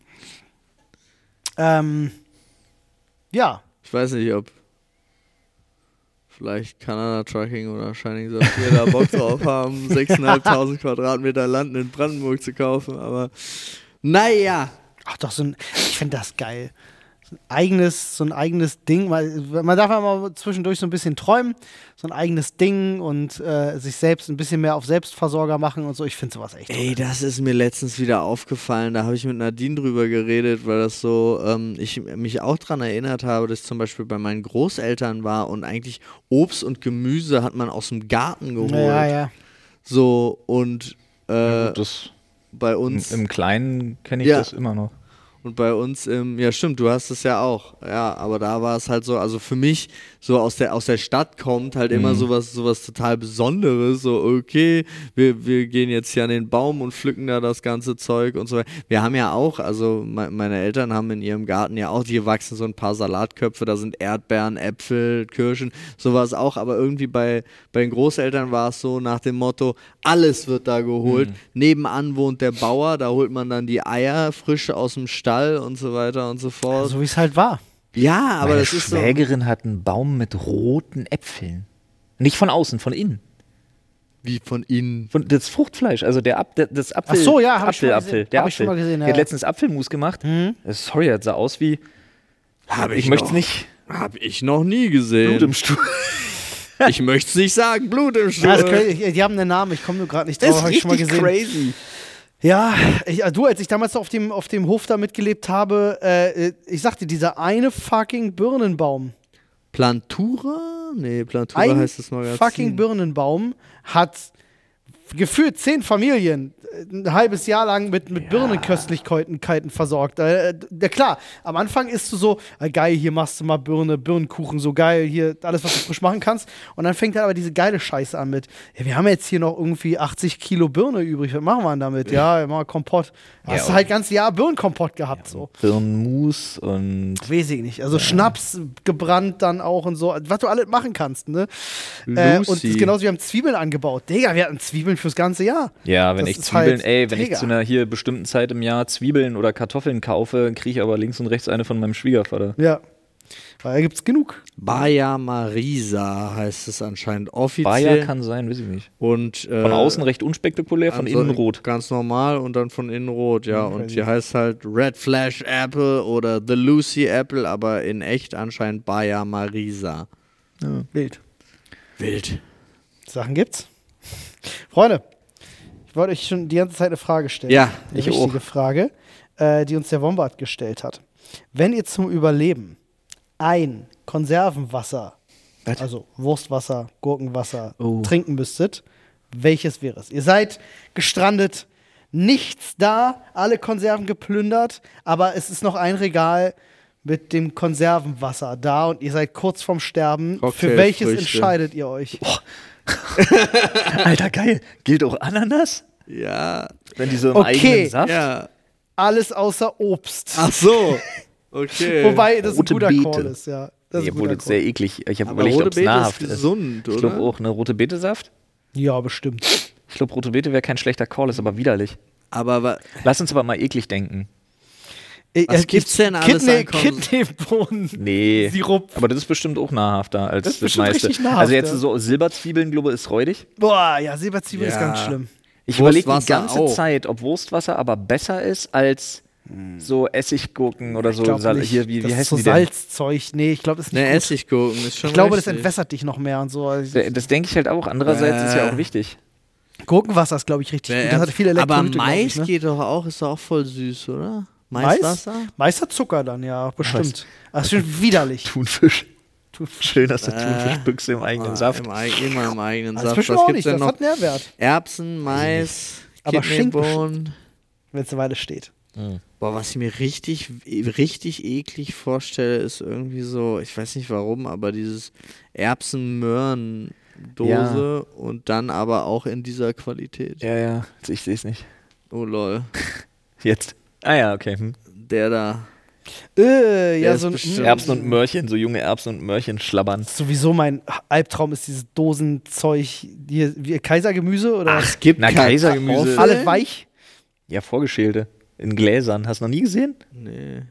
Speaker 1: Ja,
Speaker 3: ich weiß nicht, ob vielleicht Canada Trucking oder Shining Sapphire da Bock drauf haben, 6.500 Quadratmeter Land in Brandenburg zu kaufen, aber naja.
Speaker 1: ach doch, ich finde das geil. So ein eigenes Ding. Man darf ja mal zwischendurch so ein bisschen träumen. So ein eigenes Ding und sich selbst ein bisschen mehr auf Selbstversorger machen und so. Ich finde sowas echt
Speaker 3: Ey,
Speaker 1: toll.
Speaker 3: das ist mir letztens wieder aufgefallen. Da habe ich mit Nadine drüber geredet, weil das so, ich mich auch dran erinnert habe, dass ich zum Beispiel bei meinen Großeltern war und eigentlich Obst und Gemüse hat man aus dem Garten geholt.
Speaker 1: Ja, ja.
Speaker 3: So, und
Speaker 2: Das
Speaker 3: bei uns.
Speaker 2: im Kleinen kenne ich
Speaker 3: Ja.
Speaker 2: das immer noch.
Speaker 3: Und bei uns ja stimmt, du hast es ja auch. Ja, aber da war es halt so, also für mich, so aus der Stadt kommt halt immer sowas total Besonderes. So, okay, wir gehen jetzt hier an den Baum und pflücken da das ganze Zeug und so weiter. Wir haben ja auch, also meine Eltern haben in ihrem Garten ja auch, hier wachsen so ein paar Salatköpfe, da sind Erdbeeren, Äpfel, Kirschen, sowas auch. Aber irgendwie bei den Großeltern war es so nach dem Motto, alles wird da geholt. Nebenan wohnt der Bauer, da holt man dann die Eier frisch aus dem Stall und so weiter und so fort.
Speaker 1: So wie es halt war.
Speaker 3: Ja, aber
Speaker 2: Meine
Speaker 3: das ist so.
Speaker 2: Schwägerin hat einen Baum mit roten Äpfeln. Nicht von außen, von innen.
Speaker 3: Wie von innen.
Speaker 2: Von, das Fruchtfleisch, also das Apfel.
Speaker 1: Ach so, ja, hab ich schon mal
Speaker 2: Apfel,
Speaker 1: gesehen.
Speaker 2: der
Speaker 1: Hab ich schon mal
Speaker 2: Apfel.
Speaker 1: gesehen, ja,
Speaker 2: Der hat
Speaker 1: ja.
Speaker 2: letztens Apfelmus gemacht. Sorry, das sah aus wie. Ich möchte es nicht.
Speaker 3: Hab ich noch nie gesehen.
Speaker 2: Blut im Stuhl.
Speaker 3: Ich möchte es nicht sagen, Blut im Stuhl.
Speaker 1: Ja, die haben einen Namen, ich komme nur gerade nicht drauf, habe ich schon mal gesehen.
Speaker 3: crazy.
Speaker 1: Ja, als ich damals auf dem Hof da mitgelebt habe, ich sagte, dieser eine fucking Birnenbaum.
Speaker 3: Plantura? Nee, Plantura
Speaker 1: Ein
Speaker 3: heißt das Magazin.
Speaker 1: fucking Birnenbaum hat gefühlt 10 Familien ein halbes Jahr lang mit Birnenköstlichkeiten versorgt. Ja klar, am Anfang isst du so, geil, hier machst du mal Birnenkuchen, so geil, hier alles, was du frisch machen kannst. Und dann fängt halt aber diese geile Scheiße an mit, wir haben jetzt hier noch irgendwie 80 Kilo Birne übrig, was machen wir denn damit? Ja, wir machen Kompott. Hast du halt ganzes Jahr Birnenkompott gehabt, so.
Speaker 2: Birnenmus und...
Speaker 1: Weiß ich nicht. Also Schnaps gebrannt dann auch und so, was du alles machen kannst, ne? Und das ist genauso, wir haben Zwiebeln angebaut. Digga, wir hatten Zwiebeln fürs ganze Jahr.
Speaker 2: Ja, wenn
Speaker 1: Das
Speaker 2: ich
Speaker 1: ist
Speaker 2: Zwiebeln,
Speaker 1: halt,
Speaker 2: wenn ich zu einer hier bestimmten Zeit im Jahr Zwiebeln oder Kartoffeln kaufe, kriege ich aber links und rechts eine von meinem Schwiegervater.
Speaker 1: Ja. Weil da gibt's genug.
Speaker 3: Baia Marisa heißt es anscheinend offiziell.
Speaker 2: Bayer kann sein, weiß ich nicht.
Speaker 3: Und,
Speaker 2: Von außen recht unspektakulär, von innen rot.
Speaker 3: Ganz normal und dann von innen rot, ja. Und die heißt halt Red Flash Apple oder The Lucy Apple, aber in echt anscheinend Baia Marisa.
Speaker 1: Ja. Wild.
Speaker 3: Wild.
Speaker 1: Sachen gibt's. Freunde, ich wollte euch schon die ganze Zeit eine Frage stellen.
Speaker 3: Ja,
Speaker 1: eine
Speaker 2: ich
Speaker 1: wichtige
Speaker 2: auch.
Speaker 1: Frage, die uns der Wombat gestellt hat. Wenn ihr zum Überleben ein Konservenwasser, also Wurstwasser, Gurkenwasser, trinken müsstet, welches wäre es? Ihr seid gestrandet, nichts da, alle Konserven geplündert, aber es ist noch ein Regal mit dem Konservenwasser da und ihr seid kurz vorm Sterben. Für welches
Speaker 3: Cocktailfrüchte.
Speaker 1: entscheidet ihr euch?
Speaker 2: Alter, geil. Gilt auch Ananas?
Speaker 3: Ja.
Speaker 2: Wenn die so im
Speaker 1: Okay.
Speaker 2: eigenen Saft?
Speaker 3: Ja.
Speaker 1: Alles außer Obst.
Speaker 3: Ach so. Okay.
Speaker 1: Wobei das
Speaker 2: rote
Speaker 1: ein guter
Speaker 2: Beete.
Speaker 1: Call ist, ja. Das ist
Speaker 2: Ja,
Speaker 1: ein
Speaker 2: wurde
Speaker 1: guter
Speaker 2: jetzt sehr eklig. Ich habe
Speaker 3: Aber
Speaker 2: überlegt,
Speaker 3: rote
Speaker 2: ob es
Speaker 3: Beete
Speaker 2: nahrhaft
Speaker 3: ist
Speaker 2: ist.
Speaker 3: gesund,
Speaker 2: Ich
Speaker 3: oder?
Speaker 2: glaube auch, eine rote Betesaft.
Speaker 1: Ja, bestimmt.
Speaker 2: Ich glaube, rote Beete wäre kein schlechter Call, ist aber widerlich.
Speaker 3: Aber
Speaker 2: Lass uns aber mal eklig denken.
Speaker 3: Was gibt's denn alles an
Speaker 1: Kidneybohnen.
Speaker 2: Nee.
Speaker 1: Sirup.
Speaker 2: Aber das ist bestimmt auch nahrhafter als
Speaker 1: Das ist
Speaker 2: das
Speaker 1: bestimmt
Speaker 2: meiste.
Speaker 1: richtig nahrhaft,
Speaker 2: Also jetzt
Speaker 1: ja.
Speaker 2: so Silberzwiebeln, glaube ich, ist räudig.
Speaker 1: Boah, ja, Silberzwiebel ist
Speaker 3: Ja.
Speaker 1: ganz schlimm.
Speaker 2: Ich überlege die
Speaker 3: Wurstwasser
Speaker 2: ganze
Speaker 3: auch.
Speaker 2: Zeit, ob Wurstwasser aber besser ist als so Essiggurken oder so.
Speaker 1: Ich glaub nicht.
Speaker 2: Hier, wie
Speaker 1: das ist
Speaker 2: heißen
Speaker 1: so
Speaker 2: die denn?
Speaker 1: Salzzeug. Nee, ich glaube, das ist nicht
Speaker 3: Ne,
Speaker 1: gut.
Speaker 3: Essiggurken ist schon
Speaker 1: Ich glaube, das
Speaker 3: richtig.
Speaker 1: entwässert dich noch mehr und so. Also
Speaker 2: Das denke ich halt auch. Andererseits ist ja auch wichtig.
Speaker 1: Gurkenwasser ist, glaube ich, richtig gut. Das hat viele
Speaker 3: Aber
Speaker 1: Elektrolyte, glaub
Speaker 3: Mais
Speaker 1: ich, ne?
Speaker 3: geht doch auch, ist doch auch voll süß, oder?
Speaker 1: Mais?
Speaker 3: Maiswasser?
Speaker 1: Mais hat Zucker dann, ja, bestimmt. Das ist schon widerlich.
Speaker 2: Thunfisch. Schön, dass du Thunfischbüchse im eigenen Saft.
Speaker 3: Immer im eigenen
Speaker 1: Das
Speaker 3: Saft.
Speaker 1: Fisch
Speaker 3: Was
Speaker 1: auch
Speaker 3: gibt's
Speaker 1: nicht,
Speaker 3: denn
Speaker 1: das
Speaker 3: noch?
Speaker 1: hat Nährwert,
Speaker 3: Erbsen, Mais,
Speaker 1: Aber
Speaker 3: Kidneybohnen.
Speaker 1: wenn es eine Weile steht.
Speaker 3: Boah, was ich mir richtig eklig vorstelle, ist irgendwie so, ich weiß nicht warum, aber dieses Erbsen-Möhren-Dose und dann aber auch in dieser Qualität.
Speaker 2: Ja, ich sehe es nicht.
Speaker 3: Oh lol.
Speaker 2: Jetzt. Ah ja, okay.
Speaker 3: Der da.
Speaker 1: Ja,
Speaker 3: ist
Speaker 1: so ein
Speaker 3: bestimmt-
Speaker 2: Erbsen und Möhrchen, so junge Erbsen und Möhrchen schlabbern.
Speaker 1: sowieso mein Albtraum ist dieses Dosenzeug, hier, wie Kaisergemüse oder
Speaker 3: gibt
Speaker 2: Na, Kaisergemüse.
Speaker 1: alles weich.
Speaker 2: Ja, vorgeschälte. In Gläsern. Hast du noch nie gesehen?
Speaker 3: Nee.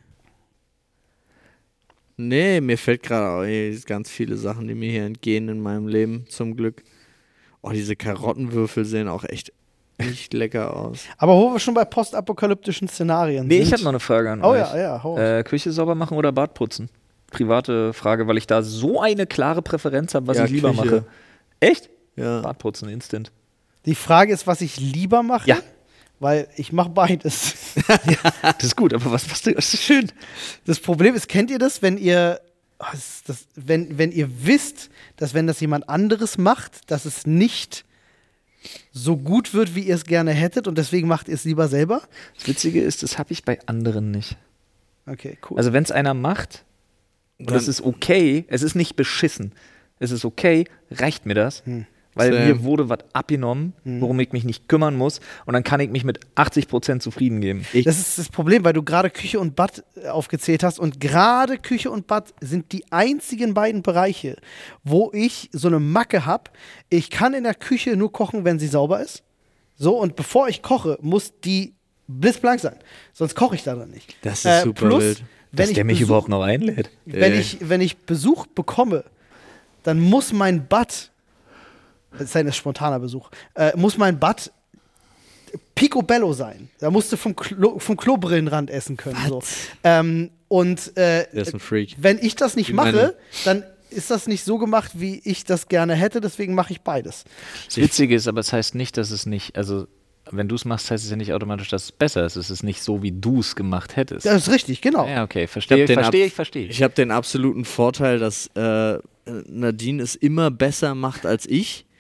Speaker 3: Nee, mir fällt gerade auch ganz viele Sachen, die mir hier entgehen in meinem Leben, zum Glück. Oh, diese Karottenwürfel sehen auch echt nicht lecker aus.
Speaker 1: Aber wo wir schon bei postapokalyptischen Szenarien
Speaker 2: Nee,
Speaker 1: sind.
Speaker 2: ich habe noch eine Frage an
Speaker 1: Oh
Speaker 2: euch.
Speaker 1: ja, hau auf.
Speaker 2: Küche sauber machen oder Bad putzen? Private Frage, weil ich da so eine klare Präferenz habe, was
Speaker 3: Ja,
Speaker 2: ich lieber
Speaker 3: Küche.
Speaker 2: mache. Echt?
Speaker 3: Ja.
Speaker 2: Bad putzen, instant.
Speaker 1: Die Frage ist, was ich lieber mache.
Speaker 2: Ja.
Speaker 1: Weil ich mache beides.
Speaker 2: Das ist gut, aber was ist schön?
Speaker 1: Das Problem ist, kennt ihr das, wenn ihr wenn ihr wisst, dass wenn das jemand anderes macht, dass es nicht so gut wird, wie ihr es gerne hättet und deswegen macht ihr es lieber selber?
Speaker 2: Das Witzige ist, das habe ich bei anderen nicht.
Speaker 1: Okay, cool.
Speaker 2: Also wenn es einer macht und es ist okay, es ist nicht beschissen, es ist okay, reicht mir das, weil
Speaker 3: Same.
Speaker 2: mir wurde was abgenommen, worum ich mich nicht kümmern muss und dann kann ich mich mit 80% zufrieden geben.
Speaker 1: Das ist das Problem, weil du gerade Küche und Bad aufgezählt hast und gerade Küche und Bad sind die einzigen beiden Bereiche, wo ich so eine Macke habe. Ich kann in der Küche nur kochen, wenn sie sauber ist. So, und bevor ich koche, muss die blitzblank sein. Sonst koche ich da dann nicht.
Speaker 3: Das ist super
Speaker 1: plus,
Speaker 3: wild.
Speaker 1: Wenn
Speaker 2: Dass
Speaker 1: ich
Speaker 2: der mich
Speaker 1: Besuch-
Speaker 2: überhaupt noch einlädt.
Speaker 1: wenn ich Besuch bekomme, dann muss mein Bad, es sei denn, es ist spontaner Besuch, muss mein Bad picobello sein. Da musst du vom Klobrillenrand essen können. So.
Speaker 3: Der ist ein Freak.
Speaker 1: Wenn ich das nicht
Speaker 3: Ich meine-
Speaker 1: mache, dann ist das nicht so gemacht, wie ich das gerne hätte, deswegen mache ich beides.
Speaker 2: Das Witzige ist, aber es heißt nicht, dass es nicht, also wenn du es machst, heißt es ja nicht automatisch, dass es besser ist. Es ist nicht so, wie du es gemacht hättest.
Speaker 1: Das ist richtig, genau.
Speaker 2: Ja, okay, verstehe ich.
Speaker 3: Ich habe den absoluten Vorteil, dass Nadine es immer besser macht als ich.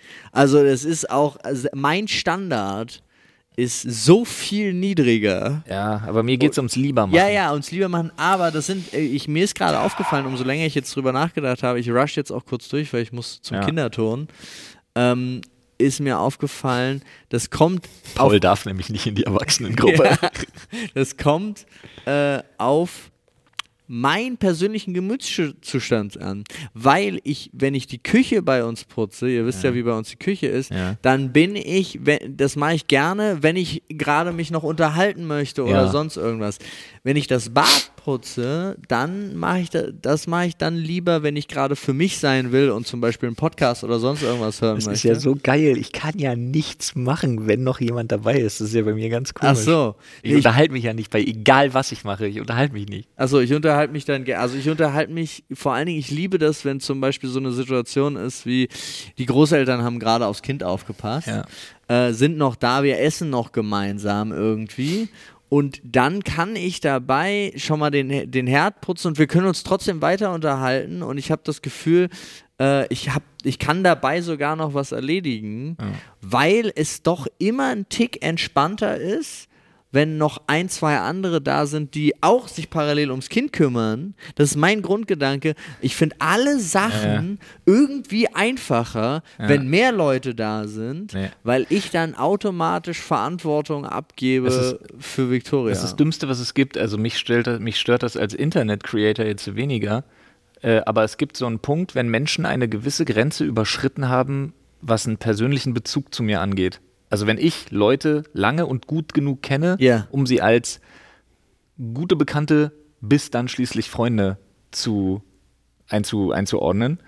Speaker 3: Also das ist auch, also mein Standard ist so viel niedriger.
Speaker 2: Ja, aber mir geht es ums Liebermachen.
Speaker 3: Ja, uns lieber machen, aber das sind, mir ist gerade aufgefallen, umso länger ich jetzt drüber nachgedacht habe, ich rush jetzt auch kurz durch, weil ich muss zum Kinderturnen, ist mir aufgefallen, das kommt
Speaker 2: Paul darf nämlich nicht in die Erwachsenengruppe.
Speaker 3: Ja, das kommt auf meinen persönlichen Gemütszustand an, weil wenn ich die Küche bei uns putze, ihr wisst ja, wie bei uns die Küche ist, dann bin ich, das mache ich gerne, wenn ich gerade mich noch unterhalten möchte oder sonst irgendwas. Wenn ich das Bad putze, dann mache ich das mache ich dann lieber, wenn ich gerade für mich sein will und zum Beispiel einen Podcast oder sonst irgendwas hören möchte.
Speaker 2: Das ist ja so geil. Ich kann ja nichts machen, wenn noch jemand dabei ist. Das ist ja bei mir ganz komisch.
Speaker 3: Ach so.
Speaker 2: Ich unterhalte mich ja nicht bei egal was ich mache. Ich unterhalte mich nicht.
Speaker 3: Also ich unterhalte mich vor allen Dingen, ich liebe das, wenn zum Beispiel so eine Situation ist wie, die Großeltern haben gerade aufs Kind aufgepasst, sind noch da, wir essen noch gemeinsam irgendwie. Und dann kann ich dabei schon mal den Herd putzen und wir können uns trotzdem weiter unterhalten. Und ich habe das Gefühl, ich kann dabei sogar noch was erledigen, weil es doch immer ein Tick entspannter ist, wenn noch 1, 2 andere da sind, die auch sich parallel ums Kind kümmern. Das ist mein Grundgedanke. Ich finde alle Sachen irgendwie einfacher, wenn mehr Leute da sind, weil ich dann automatisch Verantwortung abgebe für Victoria.
Speaker 2: Das ist das Dümmste, was es gibt. Also mich stört das als Internet-Creator jetzt weniger. Aber es gibt so einen Punkt, wenn Menschen eine gewisse Grenze überschritten haben, was einen persönlichen Bezug zu mir angeht. Also wenn ich Leute lange und gut genug kenne, um sie als gute Bekannte bis dann schließlich Freunde einzuordnen,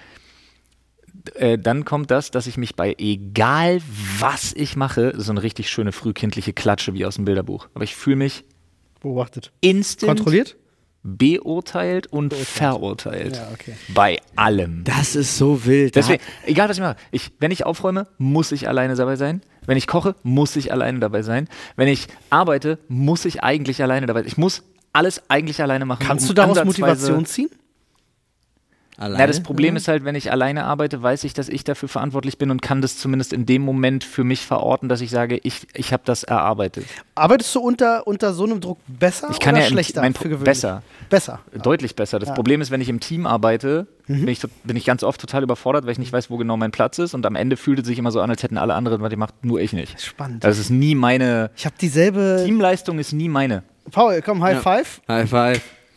Speaker 2: dann kommt das, dass ich mich bei egal was ich mache, so eine richtig schöne frühkindliche Klatsche wie aus dem Bilderbuch. Aber ich fühle mich
Speaker 1: beobachtet.
Speaker 2: Instant
Speaker 1: Kontrolliert?
Speaker 2: Beurteilt und verurteilt.
Speaker 1: Ja, okay.
Speaker 2: Bei allem.
Speaker 3: Das ist so wild.
Speaker 2: Deswegen, egal was ich mache, wenn ich aufräume, muss ich alleine dabei sein. Wenn ich koche, muss ich alleine dabei sein. Wenn ich arbeite, muss ich eigentlich alleine dabei sein. Ich muss alles eigentlich alleine machen.
Speaker 1: Kannst du daraus Motivation ziehen?
Speaker 2: Ja, das Problem ist halt, wenn ich alleine arbeite, weiß ich, dass ich dafür verantwortlich bin und kann das zumindest in dem Moment für mich verorten, dass ich sage, ich habe das erarbeitet.
Speaker 1: Arbeitest du unter so einem Druck besser oder schlechter? Besser.
Speaker 2: Deutlich besser. Das Problem ist, wenn ich im Team arbeite, bin ich ganz oft total überfordert, weil ich nicht weiß, wo genau mein Platz ist und am Ende fühlt es sich immer so an, als hätten alle anderen was gemacht, nur ich nicht.
Speaker 1: Spannend.
Speaker 2: Das ist nie meine...
Speaker 1: Ich habe dieselbe...
Speaker 2: Teamleistung ist nie meine.
Speaker 1: Paul, komm, High Five.
Speaker 3: High Five.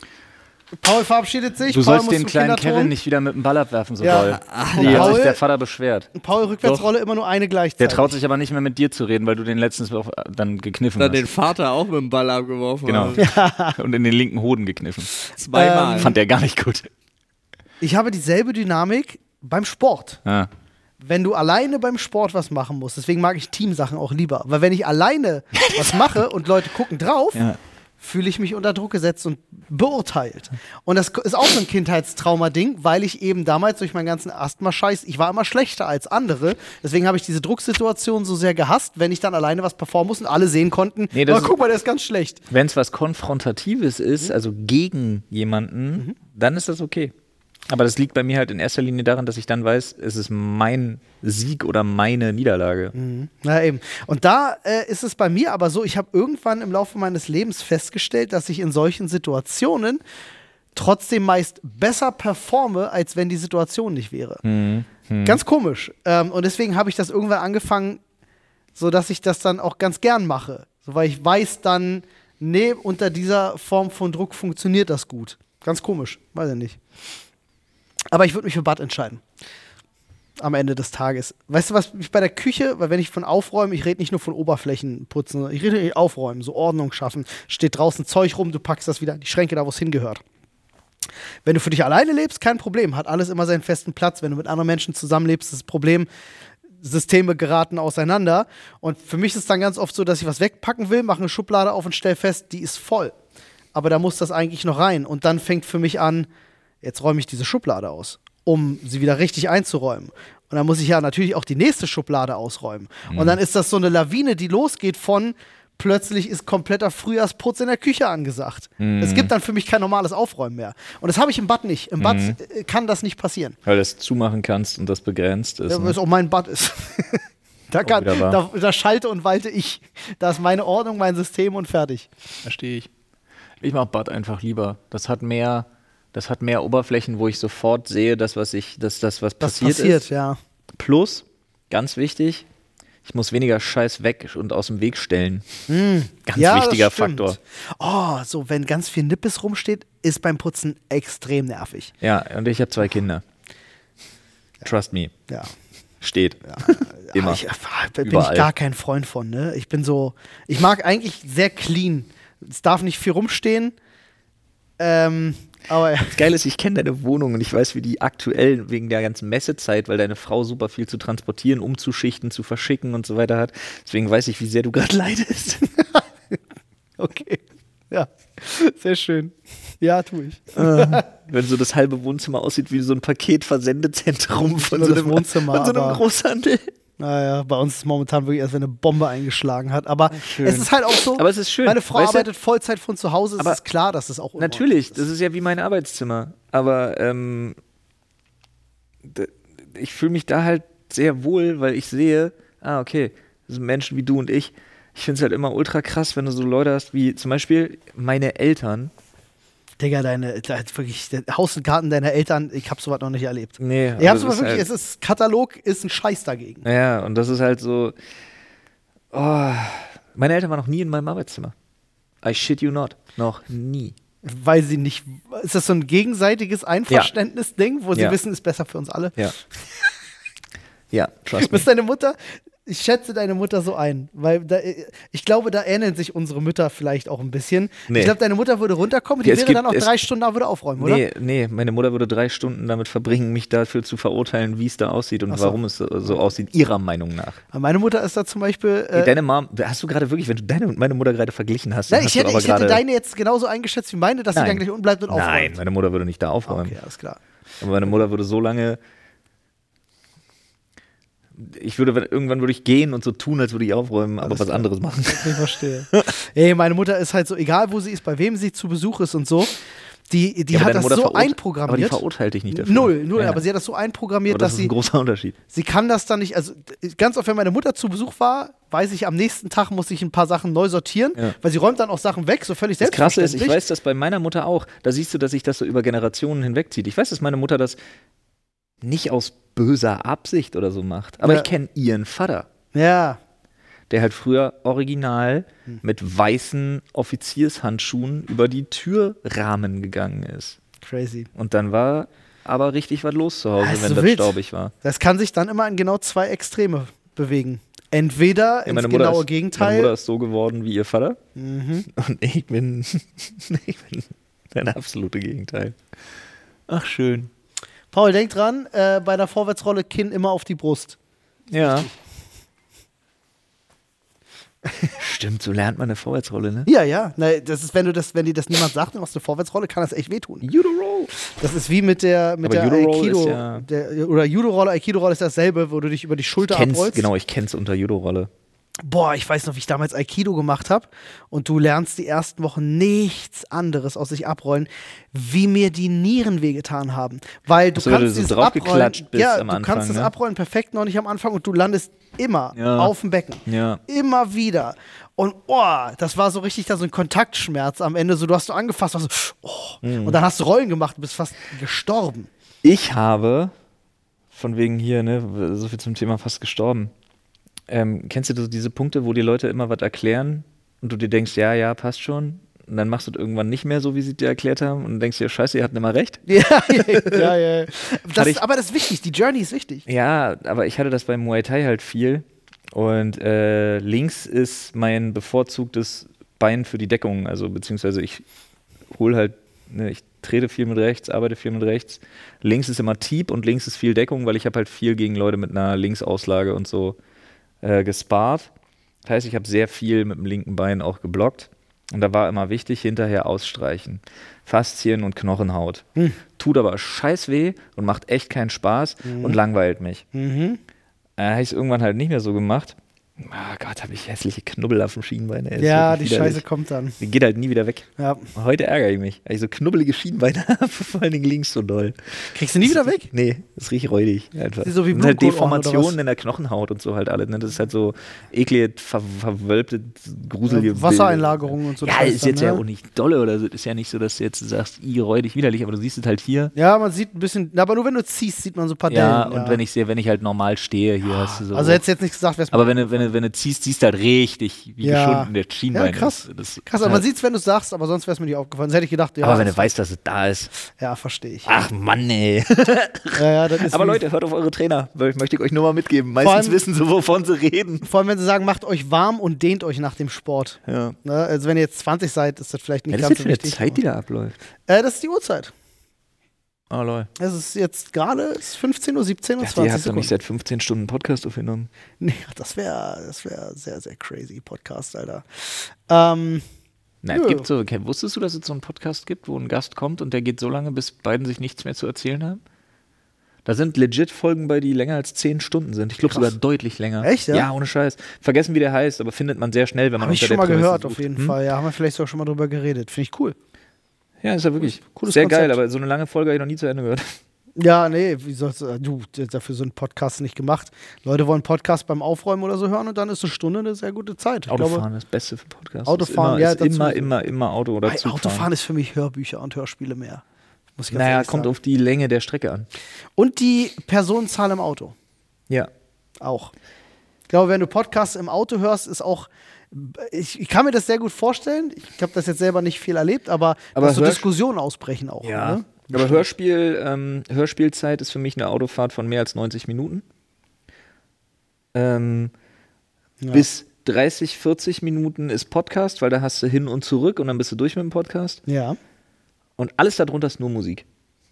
Speaker 1: Paul verabschiedet sich.
Speaker 2: Du sollst den kleinen Kevin nicht wieder mit dem Ball abwerfen, so doll.
Speaker 1: Hier
Speaker 2: hat sich der Vater beschwert.
Speaker 1: Paul Rückwärtsrolle immer nur eine gleichzeitig.
Speaker 2: Der traut sich aber nicht mehr mit dir zu reden, weil du den letztens dann gekniffen hast.
Speaker 3: Den Vater auch mit dem Ball abgeworfen.
Speaker 2: Genau. Und in den linken Hoden gekniffen.
Speaker 3: 2-mal.
Speaker 2: Fand der gar nicht gut.
Speaker 1: Ich habe dieselbe Dynamik beim Sport.
Speaker 2: Ja.
Speaker 1: Wenn du alleine beim Sport was machen musst, deswegen mag ich Teamsachen auch lieber. Weil wenn ich alleine was mache und Leute gucken drauf, fühle ich mich unter Druck gesetzt und beurteilt. Und das ist auch so ein Kindheitstrauma-Ding, weil ich eben damals durch meinen ganzen Asthma-Scheiß, ich war immer schlechter als andere. Deswegen habe ich diese Drucksituation so sehr gehasst, wenn ich dann alleine was performen muss und alle sehen konnten, guck mal, der ist ganz schlecht.
Speaker 2: Wenn es was Konfrontatives ist, also gegen jemanden, dann ist das okay. Aber das liegt bei mir halt in erster Linie daran, dass ich dann weiß, es ist mein Sieg oder meine Niederlage.
Speaker 1: Na eben. Und da ist es bei mir aber so, ich habe irgendwann im Laufe meines Lebens festgestellt, dass ich in solchen Situationen trotzdem meist besser performe, als wenn die Situation nicht wäre. Ganz komisch. Und deswegen habe ich das irgendwann angefangen, so dass ich das dann auch ganz gern mache. So, weil ich weiß dann, nee, unter dieser Form von Druck funktioniert das gut. Ganz komisch, weiß ich nicht. Aber ich würde mich für Bad entscheiden. Am Ende des Tages. Weißt du, was ich bei der Küche, weil wenn ich von Aufräumen, ich rede nicht nur von Oberflächen putzen, ich rede nicht Aufräumen, so Ordnung schaffen. Steht draußen Zeug rum, du packst das wieder in die Schränke, da wo es hingehört. Wenn du für dich alleine lebst, kein Problem. Hat alles immer seinen festen Platz. Wenn du mit anderen Menschen zusammenlebst, ist das Problem, Systeme geraten auseinander. Und für mich ist es dann ganz oft so, dass ich was wegpacken will, mache eine Schublade auf und stelle fest, die ist voll. Aber da muss das eigentlich noch rein. Und dann fängt für mich an, jetzt räume ich diese Schublade aus, um sie wieder richtig einzuräumen. Und dann muss ich ja natürlich auch die nächste Schublade ausräumen. Und dann ist das so eine Lawine, die losgeht von plötzlich ist kompletter Frühjahrsputz in der Küche angesagt. Es gibt dann für mich kein normales Aufräumen mehr. Und das habe ich im Bad nicht. Im Bad kann das nicht passieren.
Speaker 2: Weil du es zumachen kannst und das begrenzt ist.
Speaker 1: Ja, weil es auch mein Bad ist. Da schalte und walte ich. Da ist meine Ordnung, mein System und fertig.
Speaker 2: Verstehe ich. Ich mache Bad einfach lieber. Das hat mehr Oberflächen, wo ich sofort sehe, dass was passiert ist.
Speaker 1: Ja.
Speaker 2: Plus, ganz wichtig, ich muss weniger Scheiß weg und aus dem Weg stellen. Ganz wichtiger Faktor.
Speaker 1: Oh, so, wenn ganz viel Nippes rumsteht, ist beim Putzen extrem nervig.
Speaker 2: Ja, und ich habe 2 Kinder. Trust me.
Speaker 1: Ja.
Speaker 2: Steht.
Speaker 1: Ja.
Speaker 2: Immer.
Speaker 1: Bin ich gar kein Freund von, ne? Ich mag eigentlich sehr clean. Es darf nicht viel rumstehen. Aber
Speaker 2: das Geile ist, ich kenne deine Wohnung und ich weiß, wie die aktuell wegen der ganzen Messezeit, weil deine Frau super viel zu transportieren, umzuschichten, zu verschicken und so weiter hat. Deswegen weiß ich, wie sehr du gerade leidest.
Speaker 1: Okay. Ja, sehr schön. Ja, tue ich.
Speaker 2: Wenn so das halbe Wohnzimmer aussieht wie so ein Paketversendezentrum von so einem Großhandel.
Speaker 1: Naja, bei uns ist es momentan wirklich, als wenn eine Bombe eingeschlagen hat. Aber es ist halt auch so,
Speaker 2: aber es ist schön.
Speaker 1: Meine Frau arbeitet Vollzeit von zu Hause, es ist klar, dass es auch
Speaker 2: natürlich, das ist ja wie mein Arbeitszimmer. Aber ich fühle mich da halt sehr wohl, weil ich sehe, okay, das sind Menschen wie du und ich. Ich finde es halt immer ultra krass, wenn du so Leute hast wie zum Beispiel meine Eltern.
Speaker 1: Digga, wirklich, der Haus und Garten deiner Eltern, ich hab sowas noch nicht erlebt.
Speaker 2: Nee.
Speaker 1: Ihr habt sowas wirklich, halt, Katalog ist ein Scheiß dagegen.
Speaker 2: Ja, und das ist halt so, meine Eltern waren noch nie in meinem Arbeitszimmer. I shit you not. Noch nie.
Speaker 1: Weil sie nicht, ist das so ein gegenseitiges Einverständnis-Ding, wo sie wissen, ist besser für uns alle?
Speaker 2: Ja. Ja, trust me.
Speaker 1: Ist deine Mutter, ich schätze deine Mutter so ein, weil ich glaube, da ähneln sich unsere Mütter vielleicht auch ein bisschen. Nee. Ich glaube, deine Mutter würde runterkommen und die wäre dann auch 3 Stunden da, würde aufräumen, oder?
Speaker 2: Nee, meine Mutter würde 3 Stunden damit verbringen, mich dafür zu verurteilen, wie es da aussieht und warum es so aussieht, ihrer Meinung nach.
Speaker 1: Aber meine Mutter ist da zum Beispiel
Speaker 2: deine Mom, hast du gerade wirklich, wenn du deine und meine Mutter gerade verglichen hast,
Speaker 1: ich hätte deine jetzt genauso eingeschätzt wie meine, dass sie dann gleich unten bleibt und aufräumt.
Speaker 2: Nein, meine Mutter würde nicht da aufräumen.
Speaker 1: Okay, alles klar.
Speaker 2: Aber meine Mutter würde so lange irgendwann würde ich gehen und so tun, als würde ich aufräumen, aber was anderes machen.
Speaker 1: Ich verstehe. Meine Mutter ist halt so, egal wo sie ist, bei wem sie zu Besuch ist und so, die hat das so einprogrammiert.
Speaker 2: Aber die verurteilt dich nicht dafür.
Speaker 1: Null, aber sie hat das so einprogrammiert, dass sie...
Speaker 2: Das ist ein großer Unterschied.
Speaker 1: Sie kann das dann nicht, also ganz oft, wenn meine Mutter zu Besuch war, weiß ich, am nächsten Tag muss ich ein paar Sachen neu sortieren, weil sie räumt dann auch Sachen weg, so völlig selbstverständlich.
Speaker 2: Das Krasse ist, ich weiß das bei meiner Mutter auch. Da siehst du, dass sich das so über Generationen hinwegzieht. Ich weiß, dass meine Mutter das nicht aus böser Absicht oder so macht. Aber ich kenne ihren Vater.
Speaker 1: Ja.
Speaker 2: Der halt früher original mit weißen Offiziershandschuhen über die Türrahmen gegangen ist.
Speaker 1: Crazy.
Speaker 2: Und dann war aber richtig was los zu Hause, wenn das staubig war.
Speaker 1: Das kann sich dann immer in genau 2 Extreme bewegen. Entweder ins genaue Gegenteil.
Speaker 2: Meine Mutter ist so geworden wie ihr Vater. Und ich bin das absolute Gegenteil. Ach, schön.
Speaker 1: Paul, denk dran, bei der Vorwärtsrolle Kinn immer auf die Brust.
Speaker 2: Ja. Stimmt, so lernt man eine Vorwärtsrolle, ne?
Speaker 1: Ja. Na, das ist, wenn dir das niemand sagt, du machst eine Vorwärtsrolle, kann das echt wehtun.
Speaker 2: Judo-Roll.
Speaker 1: Das ist wie mit der Aikido. Oder Judo-Rolle, Aikido-Rolle ist dasselbe, wo du dich über die Schulter abrollst.
Speaker 2: Genau, ich kenn's unter Judo-Rolle.
Speaker 1: Boah, ich weiß noch, wie ich damals Aikido gemacht habe und du lernst die ersten Wochen nichts anderes aus sich abrollen, wie mir die Nieren wehgetan haben. Weil du kannst dieses Abrollen, kannst das Abrollen perfekt noch nicht am Anfang und du landest immer auf dem Becken. Ja. Immer wieder. Und das war so richtig da so ein Kontaktschmerz am Ende. So, du hast so angefasst, und dann hast du Rollen gemacht und bist fast gestorben.
Speaker 2: Ich habe, von wegen hier, ne, so viel zum Thema fast gestorben. Kennst du diese Punkte, wo die Leute immer was erklären und du dir denkst, ja, passt schon? Und dann machst du es irgendwann nicht mehr so, wie sie dir erklärt haben und dann denkst du dir, scheiße, ihr hatten immer recht. Ja.
Speaker 1: Aber das ist wichtig, die Journey ist wichtig.
Speaker 2: Ja, aber ich hatte das beim Muay Thai halt viel und links ist mein bevorzugtes Bein für die Deckung, also beziehungsweise ich hole halt, ich trete viel mit rechts, arbeite viel mit rechts. Links ist immer Tiep und links ist viel Deckung, weil ich habe halt viel gegen Leute mit einer Linksauslage und so gespart. Das heißt, ich habe sehr viel mit dem linken Bein auch geblockt. Und da war immer wichtig, hinterher ausstreichen. Faszien und Knochenhaut. Tut aber scheiß weh und macht echt keinen Spaß und langweilt mich. Habe ich es irgendwann halt nicht mehr so gemacht. Ah Gott, habe ich hässliche Knubbel auf dem Schienbein. Ey.
Speaker 1: Ja, die Scheiße kommt dann.
Speaker 2: Die geht halt nie wieder weg.
Speaker 1: Ja.
Speaker 2: Heute ärgere ich mich, weil ich so knubbelige Schienbeine habe, vor allen Dingen links so doll.
Speaker 1: Kriegst du nie wieder weg?
Speaker 2: Nee, das riecht räudig einfach.
Speaker 1: Die so wie
Speaker 2: das sind halt
Speaker 1: Blumenkohlohren oder
Speaker 2: Deformationen
Speaker 1: was?
Speaker 2: in der Knochenhaut und so halt alle. Ne? Das ist halt so eklige, verwölbte, gruselige
Speaker 1: Wassereinlagerungen und so.
Speaker 2: Ja,
Speaker 1: Scheiß
Speaker 2: ist jetzt
Speaker 1: dann,
Speaker 2: ja
Speaker 1: ne?
Speaker 2: auch nicht dolle oder so. Ist ja nicht so, dass du jetzt sagst, räudig, widerlich, aber du siehst es halt hier.
Speaker 1: Ja, man sieht ein bisschen, aber nur wenn du ziehst, sieht man so ein paar
Speaker 2: Ja,
Speaker 1: Dellen.
Speaker 2: und wenn ich halt normal stehe, hier hast du so.
Speaker 1: Also hättest du jetzt nicht gesagt, wär's
Speaker 2: aber wenn du ziehst, siehst du halt richtig, wie
Speaker 1: Ja.
Speaker 2: geschunden der Schienbein
Speaker 1: Ja, krass.
Speaker 2: ist. Das,
Speaker 1: Krass, aber man sieht's, wenn du es sagst, aber sonst wäre es mir nicht aufgefallen. Das hätte ich gedacht, ja.
Speaker 2: aber wenn du weißt, dass es da ist.
Speaker 1: Ja, verstehe ich.
Speaker 2: Ach Mann, ey.
Speaker 1: Ja, das ist
Speaker 2: Aber
Speaker 1: wie-
Speaker 2: Leute, hört auf eure Trainer, weil möchte ich euch nur mal mitgeben.
Speaker 1: Vor
Speaker 2: Meistens
Speaker 1: allem-
Speaker 2: wissen sie, wovon sie reden.
Speaker 1: Vor allem, wenn sie sagen, macht euch warm und dehnt euch nach dem Sport.
Speaker 2: Ja.
Speaker 1: Ne? Also wenn ihr jetzt 20 seid, ist das vielleicht nicht
Speaker 2: Was ist
Speaker 1: ganz
Speaker 2: denn
Speaker 1: so
Speaker 2: für eine
Speaker 1: wichtig.
Speaker 2: Zeit, die da abläuft?
Speaker 1: Das ist die Uhrzeit.
Speaker 2: Oh, lol.
Speaker 1: Es ist jetzt gerade 15 Uhr, 17 Uhr,
Speaker 2: Ich dachte,
Speaker 1: 20
Speaker 2: ihr habt doch
Speaker 1: Sekunden.
Speaker 2: nicht seit 15 Stunden Podcast aufgenommen.
Speaker 1: Nee, das wär sehr, sehr crazy Podcast, Alter.
Speaker 2: Nein, es
Speaker 1: Nö.
Speaker 2: gibt so, okay, wusstest du, dass es so einen Podcast gibt, wo ein Gast kommt und der geht so lange, bis beiden sich nichts mehr zu erzählen haben? Da sind legit Folgen bei, die länger als 10 Stunden sind. Ich glaube sogar deutlich länger.
Speaker 1: Echt, ja?
Speaker 2: Ja, ohne Scheiß. Vergessen, wie der heißt, aber findet man sehr schnell, wenn man
Speaker 1: Habe ich
Speaker 2: unter
Speaker 1: schon
Speaker 2: der
Speaker 1: mal gehört,
Speaker 2: Prämisse
Speaker 1: auf
Speaker 2: sucht.
Speaker 1: jeden
Speaker 2: Hm?
Speaker 1: Fall. Ja, haben wir vielleicht sogar schon mal drüber geredet. Finde ich cool.
Speaker 2: Ja, ist ja wirklich
Speaker 1: Cooles
Speaker 2: sehr
Speaker 1: Konzept.
Speaker 2: geil, aber so eine lange Folge habe ich noch nie zu Ende gehört.
Speaker 1: Ja, nee, wie sollst du, dafür so ein Podcast nicht gemacht. Leute wollen Podcast beim Aufräumen oder so hören und dann ist eine Stunde eine sehr gute Zeit. Ich
Speaker 2: Autofahren
Speaker 1: glaube,
Speaker 2: ist das Beste für Podcasts.
Speaker 1: Autofahren,
Speaker 2: ist
Speaker 1: ja,
Speaker 2: immer,
Speaker 1: dazu-
Speaker 2: ist immer Auto oder Zugfahren.
Speaker 1: Autofahren ist für mich Hörbücher und Hörspiele mehr. Muss ich ganz
Speaker 2: Naja,
Speaker 1: ehrlich
Speaker 2: kommt
Speaker 1: sagen.
Speaker 2: auf die Länge der Strecke an.
Speaker 1: Und die Personenzahl im Auto.
Speaker 2: Ja.
Speaker 1: Auch. Ich glaube, wenn du Podcasts im Auto hörst, ist auch. Ich kann mir das sehr gut vorstellen. Ich habe das jetzt selber nicht viel erlebt, aber dass so Diskussionen ausbrechen auch.
Speaker 2: Ja.
Speaker 1: Ne?
Speaker 2: Aber Hörspielzeit ist für mich eine Autofahrt von mehr als 90 Minuten.
Speaker 1: Ja.
Speaker 2: Bis 30, 40 Minuten ist Podcast, weil da hast du hin und zurück und dann bist du durch mit dem Podcast.
Speaker 1: Ja,
Speaker 2: Und alles darunter ist nur Musik.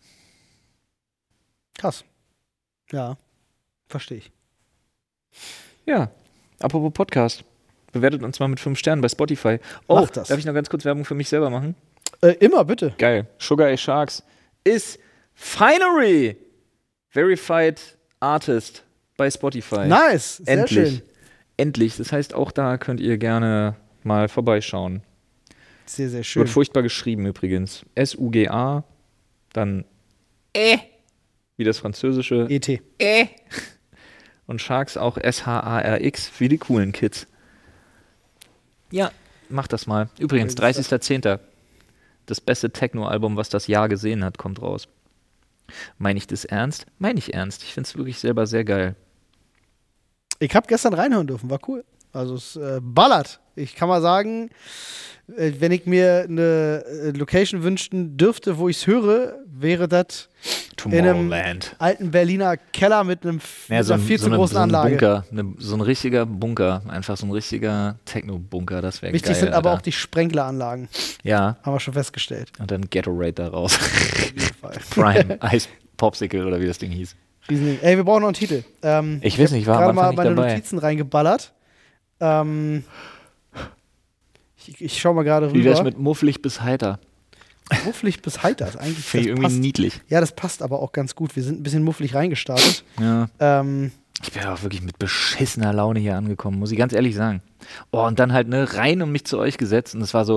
Speaker 1: krass. Ja, verstehe ich.
Speaker 2: Ja. Apropos Podcast. Bewertet uns mal mit 5 Sternen bei Spotify. Oh,
Speaker 1: Macht das.
Speaker 2: darf ich noch ganz kurz Werbung für mich selber machen?
Speaker 1: Immer, bitte.
Speaker 2: Geil. Sugar A Sharks ist finally verified artist bei Spotify.
Speaker 1: Nice, sehr
Speaker 2: Endlich.
Speaker 1: schön.
Speaker 2: Endlich. Das heißt, auch da könnt ihr gerne mal vorbeischauen.
Speaker 1: Sehr, sehr schön.
Speaker 2: Wird furchtbar geschrieben übrigens. S-U-G-A, dann wie das französische
Speaker 1: ET.
Speaker 2: und Sharks auch S-H-A-R-X wie die coolen Kids. Ja, macht das mal. Übrigens, 30.10. Das beste Techno-Album, was das Jahr gesehen hat, kommt raus. Meine ich das ernst? Meine ich ernst. Ich finde es wirklich selber sehr geil.
Speaker 1: Ich habe gestern reinhören dürfen, war cool. Also es ballert. Ich kann mal sagen, wenn ich mir eine Location wünschen dürfte, wo ich es höre, wäre das in einem alten Berliner Keller mit einem mit einer viel zu großen Anlage.
Speaker 2: Bunker, so ein richtiger Bunker, einfach so ein richtiger Techno-Bunker, das wäre geil.
Speaker 1: Wichtig sind aber
Speaker 2: Alter.
Speaker 1: auch die Sprenkleranlagen,
Speaker 2: Ja,
Speaker 1: haben wir schon festgestellt.
Speaker 2: und dann Gatorade da raus.
Speaker 1: Auf jeden Fall.
Speaker 2: Prime, Ice Popsicle oder wie das Ding hieß.
Speaker 1: Riesending. Ey, wir brauchen noch einen Titel.
Speaker 2: Ich weiß nicht, ich war am
Speaker 1: gerade
Speaker 2: Anfang
Speaker 1: mal
Speaker 2: nicht
Speaker 1: meine
Speaker 2: dabei.
Speaker 1: Notizen reingeballert. Ich schaue mal gerade
Speaker 2: Wie wär's
Speaker 1: rüber.
Speaker 2: mit mufflig bis heiter?
Speaker 1: Mufflig bis heiter. Ist eigentlich,
Speaker 2: Finde ich
Speaker 1: das
Speaker 2: irgendwie
Speaker 1: passt.
Speaker 2: niedlich.
Speaker 1: Ja, das passt aber auch ganz gut. Wir sind ein bisschen mufflig reingestartet.
Speaker 2: Ja.
Speaker 1: Ähm,
Speaker 2: Ich bin auch wirklich mit beschissener Laune hier angekommen, muss ich ganz ehrlich sagen. Oh, und dann halt rein und mich zu euch gesetzt und es war so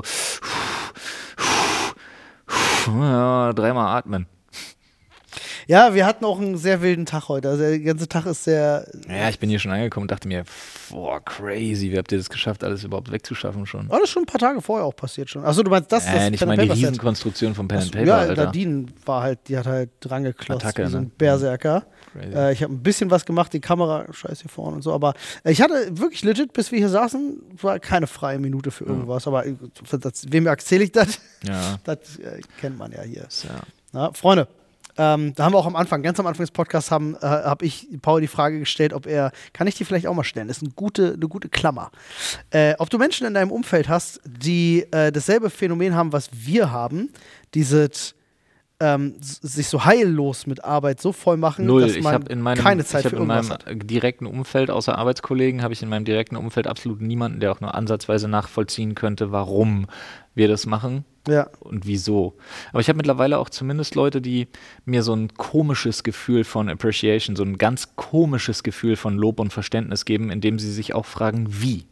Speaker 2: ja, 3-mal atmen.
Speaker 1: ja, wir hatten auch einen sehr wilden Tag heute. Also der ganze Tag ist sehr.
Speaker 2: Ja, ich bin hier schon angekommen und dachte mir, boah, crazy, wie habt ihr das geschafft, alles überhaupt wegzuschaffen schon?
Speaker 1: Oh, das ist schon ein paar Tage vorher auch passiert schon. Achso, du meinst das? Das
Speaker 2: Ich
Speaker 1: Pen and
Speaker 2: meine die
Speaker 1: Paper Set.
Speaker 2: Riesenkonstruktion von Pen and Paper,
Speaker 1: Ja,
Speaker 2: Alter.
Speaker 1: Nadine war halt, die hat halt dran geklotzt,
Speaker 2: Attacke,
Speaker 1: wie so ein
Speaker 2: ne?
Speaker 1: Berserker.
Speaker 2: Crazy.
Speaker 1: Ich habe ein bisschen was gemacht, die Kamera, scheiß hier vorne und so, aber ich hatte wirklich legit, bis wir hier saßen, war keine freie Minute für irgendwas. Aber wem erzähle ich das?
Speaker 2: Ja.
Speaker 1: Das kennt man ja hier.
Speaker 2: Ja.
Speaker 1: Na, Freunde, da haben wir auch ganz am Anfang des Podcasts, habe ich Paul die Frage gestellt, kann ich die vielleicht auch mal stellen? Das ist eine gute Klammer. Ob du Menschen in deinem Umfeld hast, die dasselbe Phänomen haben, was wir haben, dieses sich so heillos mit Arbeit so voll machen,
Speaker 2: Null.
Speaker 1: dass man keine Zeit für irgendwas hat.
Speaker 2: In meinem direkten Umfeld, außer Arbeitskollegen, habe ich in meinem direkten Umfeld absolut niemanden, der auch nur ansatzweise nachvollziehen könnte, warum wir das machen
Speaker 1: Ja.
Speaker 2: und wieso. Aber ich habe mittlerweile auch zumindest Leute, die mir so ein komisches Gefühl von Appreciation, so ein ganz komisches Gefühl von Lob und Verständnis geben, indem sie sich auch fragen, wie.